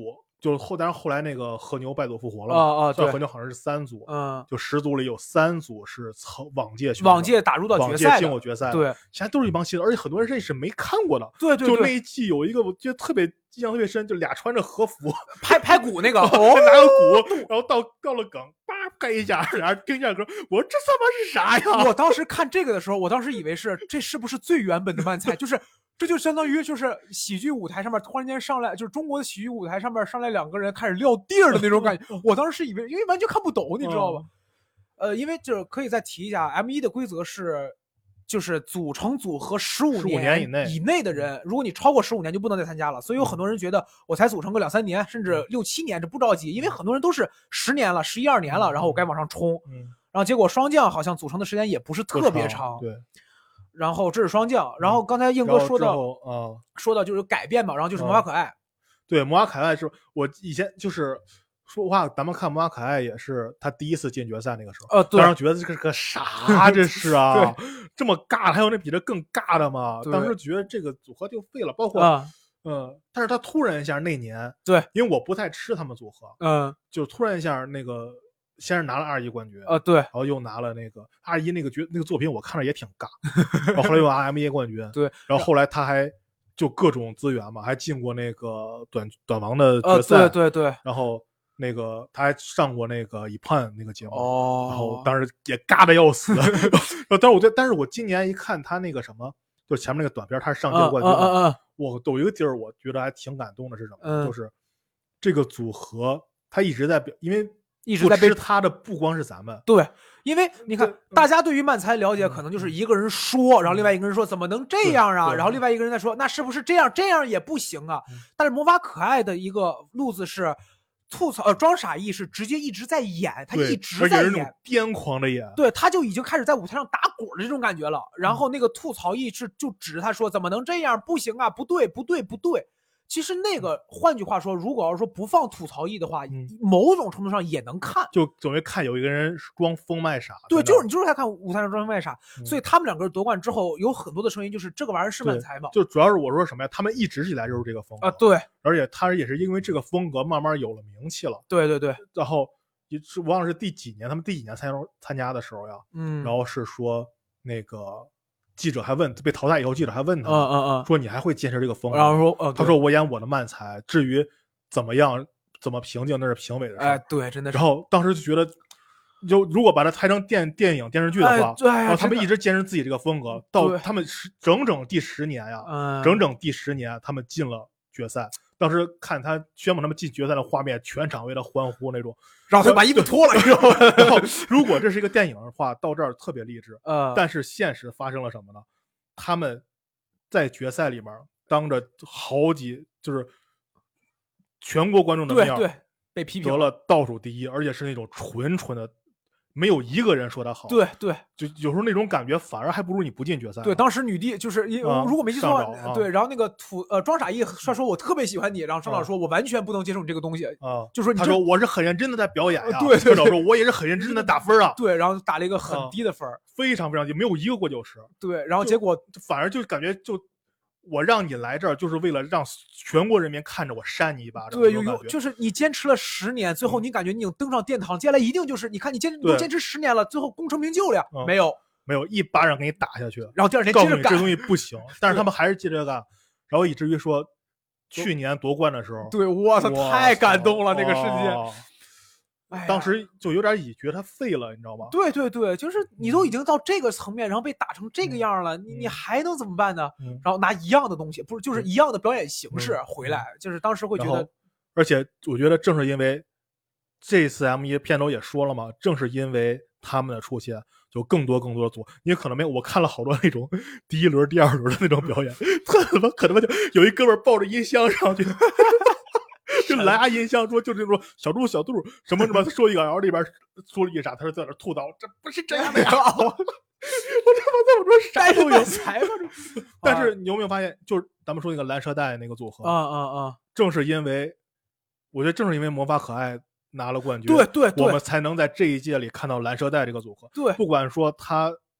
就是但是后来那个和牛败组复活了对， 和牛好像是3组，就10组里有3组是往届打入到决赛， 进过决赛， 对， 现在都是一帮新人，而且很多人是没看过的， 对， 就那一季有一个我觉得印象特别深，就俩穿着和服拍鼓那个， 拿个鼓，然后到了梗，叭拍一下，然后听一下歌，我说这他妈是啥呀？ 我当时看这个的时候，我当时以为这是不是最原本的漫才，就是。这就相当于就是喜剧舞台上面突然间上来，就是中国的喜剧舞台上面上来2个人开始撂地儿的那种感觉。我当时是以为，因为完全看不懂，你知道吧？因为就是可以再提一下 M1 的规则是，就是组成组合15年以内的人，如果你超过15年就不能再参加了。所以有很多人觉得我才组成个2、3年，甚至6、7年，这不着急，因为很多人都是10年了、11、12年了，然后我该往上冲。然后结果双降好像组成的时间也不是特别长， 对。 然后这是双降，然后刚才硬哥说到就是改变嘛，然后就是魔法可爱， 对，魔法可爱是我以前就是说话，咱们看魔法可爱也是他第一次进决赛那个时候， 对， 当时觉得这个啥这是啊，这么尬，还有那比这更尬的吗？当时觉得这个组合就废了，包括但是他突然一下那年， 对， 因为我不太吃他们组合，就突然一下那个。先是拿了2·1冠军， 对， 然后又拿了那个2·1那个作品，我看着也挺尬，然后后来又拿 M1 冠军， 对， 然后后来他还就各种资源嘛，还进过那个短王的决赛， 对， 然后那个他还上过那个以判那个节目，然后当时也尬的要死，但是我今年一看他那个什么，就前面那个短片，他是上届冠军嘛，我有一个地儿我觉得还挺感动的是什么，就是这个组合他一直在因为。 一直在被他的不光是咱们， 对，因为你看，大家对于漫才了解可能就是一个人说，然后另外一个人说怎么能这样啊，然后另外一个人在说那是不是这样也不行啊。但是魔法可爱的一个路子是吐槽，装傻艺是直接一直在演，他一直在演， 癫狂的演， 对，他就已经开始在舞台上打滚的这种感觉了。然后那个吐槽艺就指着他说怎么能这样，不行啊，不对。其实那个，换句话说，如果要是说不放吐槽艺的话，某种程度上也能看， 就总会看有一个人装疯卖傻。 对，就是在看舞台上装疯卖傻。所以他们2个人夺冠之后，有很多的声音就是这个玩意儿是漫才吗？ 就主要是我说什么呀？他们一直以来就是这个风格对， 而且他也是因为这个风格慢慢有了名气了。 对， 然后是忘了是第几年，他们第几年参加的时候呀？然后是说那个。记者还问被淘汰以后，记者还问他，说你还会坚持这个风格？ 然后说， 他说我演我的漫才，至于怎么样怎么评定那是评委的事。 对，真的是。 然后当时就觉得，就如果把它拍成电影电视剧的话，然后他们一直坚持自己这个风格，到他们整整第10年呀，整整第10年他们进了决赛。当时看他宣布他们进决赛的画面，全场为他欢呼那种， 然后他把衣服脱了，你知道吗？ 然后如果这是一个电影的话，到这儿特别励志。但是现实发生了什么呢？他们在决赛里面当着就是全国观众的面， 对，被批评得了倒数第1，而且是那种纯的。没有一个人说他好， 对， 就有时候那种感觉反而还不如你不进决赛。 对，当时女帝就是如果没记错，对，然后那个装傻艺说我特别喜欢你，然后张导说我完全不能接受你这个东西就说他说我是很认真的在表演呀， 对， 张导说我也是很认真的打分啊， 对，然后打了一个很低的分， 非常非常低，没有一个过90。 对，然后结果反而就感觉我让你来这儿，就是为了让全国人民看着我扇你一巴掌。 对，就是你坚持了10年，最后你感觉你已经登上殿堂，接下来一定就是你看你坚持10年了，最后功成名就了，没有一巴掌给你打下去， 然后第2天接着干，这东西不行，但是他们还是接着干，然后以至于说去年夺冠的时候， 对，我操，太感动了那个瞬间。 当时就有点觉得他废了，你知道吗？ 对，就是你都已经到这个层面，然后被打成这个样了，你还能怎么办呢？然后拿一样的东西，不是就是一样的表演形式回来，就是当时会觉得， 而且我觉得正是因为这次 M1 片头也说了嘛，正是因为他们的出现，就更多的组，你可能没有，我看了好多那种第1轮、第2轮的那种表演，可能就有一哥们抱着音箱上去。就蓝牙音箱说，就这种小杜什么说一个，然后里边说了一啥，他说在那吐槽，这不是这样的呀！我他妈这么多啥都有才吧？ 但是你有没有发现，就是咱们说那个蓝蛇带那个组合正是因为魔法可爱拿了冠军， 对， 我们才能在这一届里看到蓝蛇带这个组合。 对， 不管说他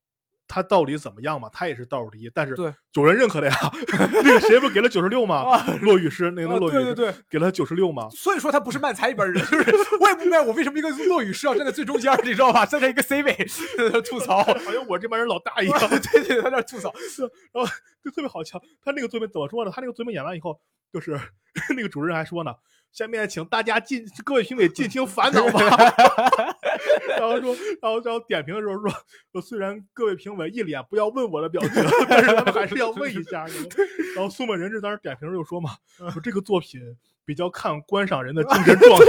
他到底怎么样嘛？他也是倒数第一，但是对有人认可的呀。那个谁不给了96吗？骆雨诗，那个骆雨诗， 对， 给了96吗？ 所以说他不是漫才里边人，就是我也不明白我为什么一个骆雨诗要站在最中间，你知道吧？站在一个 C 位吐槽， 好像我这帮人老大一样。 对，他那吐槽， 然后就特别好笑。他那个作品怎么说呢？他那个作品演完以后，就是那个主持人还说呢，下面请大家各位评委尽情烦恼吧。然后点评的时候说，虽然各位评委一脸不要问我的表情，但是咱们还是要问一下。然后松本人志当时点评就说嘛，说这个作品比较看观赏人的精神状态。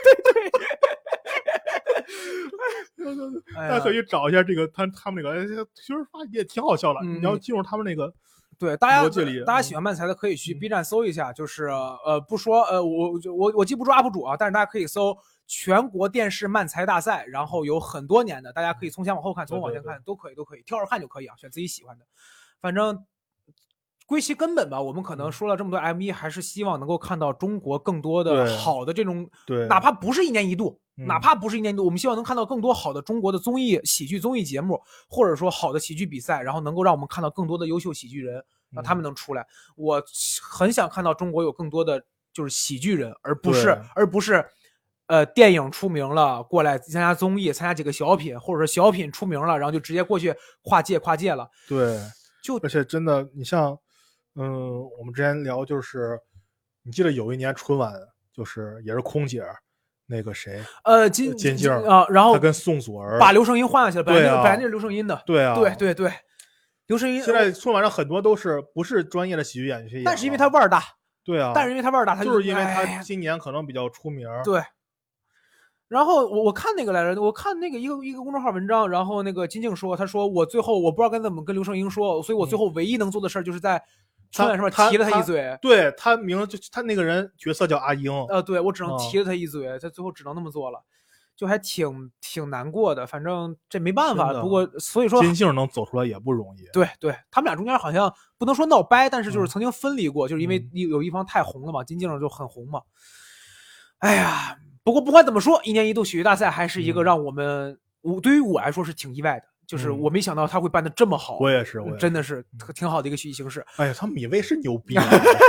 对，大家可以找一下这个他们那个，其实发也挺好笑的。你要进入他们那个。 对，大家喜欢漫才的可以去 B 站搜一下，就是不说我记不住 UP 主啊，但是大家可以搜全国电视漫才大赛，然后有很多年的，大家可以从前往后看，从往前看，都可以，挑着看就可以啊，选自己喜欢的。反正归其根本吧，我们可能说了这么多 M1，还是希望能够看到中国更多的好的这种，哪怕不是1年1度。哪怕不是1年1度，我们希望能看到更多好的中国的喜剧综艺节目，或者说好的喜剧比赛，然后能够让我们看到更多的优秀喜剧人，让他们能出来。我很想看到中国有更多的就是喜剧人，而不是电影出名了过来参加综艺，参加几个小品，或者说小品出名了，然后就直接过去跨界了。 对，而且真的，你像我们之前聊，就是你记得有一年春晚，就是也是空姐。那个谁，金靖啊，然后他跟宋祖儿把刘胜英换下去了，本来那是刘胜英的， 对啊， 对，刘胜英现在春晚上很多都是不是专业的喜剧演员， 但是因为他腕儿大， 对啊， 但是因为他腕儿大，他就是因为他今年可能比较出名， 对。然后我看那个来着，我看那个一个公众号文章，然后那个金靖说，他说我最后我不知道该怎么跟刘胜英说，所以我最后唯一能做的事就是在春晚上面提了他一嘴， 对他名字就他那个人角色叫阿英， 对我只能提了他一嘴，他最后只能那么做了，就还挺难过的，反正这没办法。不过所以说金靖能走出来也不容易。 对，他们俩中间好像不能说闹掰，但是就是曾经分离过，就是因为有一方太红了嘛，金靖就很红嘛。哎呀，不过不管怎么说，1年1度喜剧大赛还是一个让我们对于我来说是挺意外的。就是我没想到他会办得这么好， 我也是， 真的是挺好的一个喜剧形式。 哎呀，他米未是牛逼啊！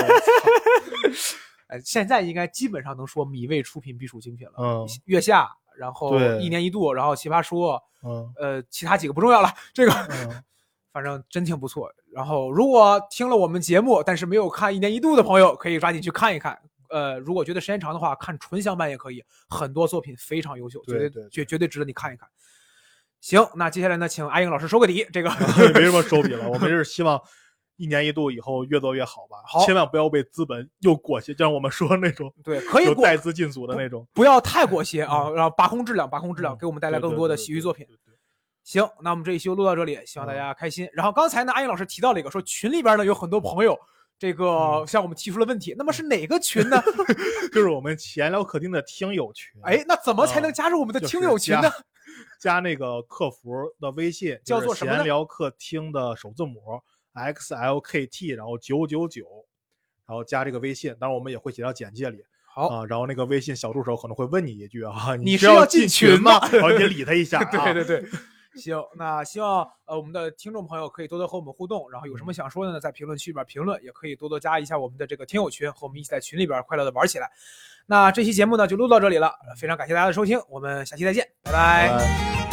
现在应该基本上能说米未出品必属精品了。月下，然后1年1度，然后奇葩说，其他几个不重要了。这个，反正真挺不错。然后，如果听了我们节目，但是没有看1年1度的朋友，可以抓紧去看一看。如果觉得时间长的话，看纯享版也可以，很多作品非常优秀，绝对值得你看一看。行，那接下来呢，请阿英老师收个底。这个没什么收底了，我们是希望1年1度以后越做越好吧。 好， 千万不要被资本又裹挟，就像我们说的那种， 对，可以有带资进组的那种， 不要太裹挟啊，然后把控质量，给我们带来更多的喜剧作品。行，那我们这一期就录到这里，希望大家开心。然后刚才呢，阿英老师提到了一个，说群里边呢有很多朋友。这个向我们提出了问题，那么是哪个群呢？ 就是我们闲聊客厅的听友群。 哎，那怎么才能加入我们的听友群呢？ 加那个客服的微信， 叫做什么？ 闲聊客厅的首字母 XLKT， 然后999，然后加这个微信，当然我们也会写到简介里。 好啊，然后那个微信小助手可能会问你一句啊， 你是要进群吗？ 然后你理他一下。 对。行，那希望我们的听众朋友可以多多和我们互动，然后有什么想说的呢，在评论区里边评论，也可以多多加一下我们的这个听友群，和我们一起在群里边快乐的玩起来。那这期节目呢就录到这里了，非常感谢大家的收听，我们下期再见，拜拜。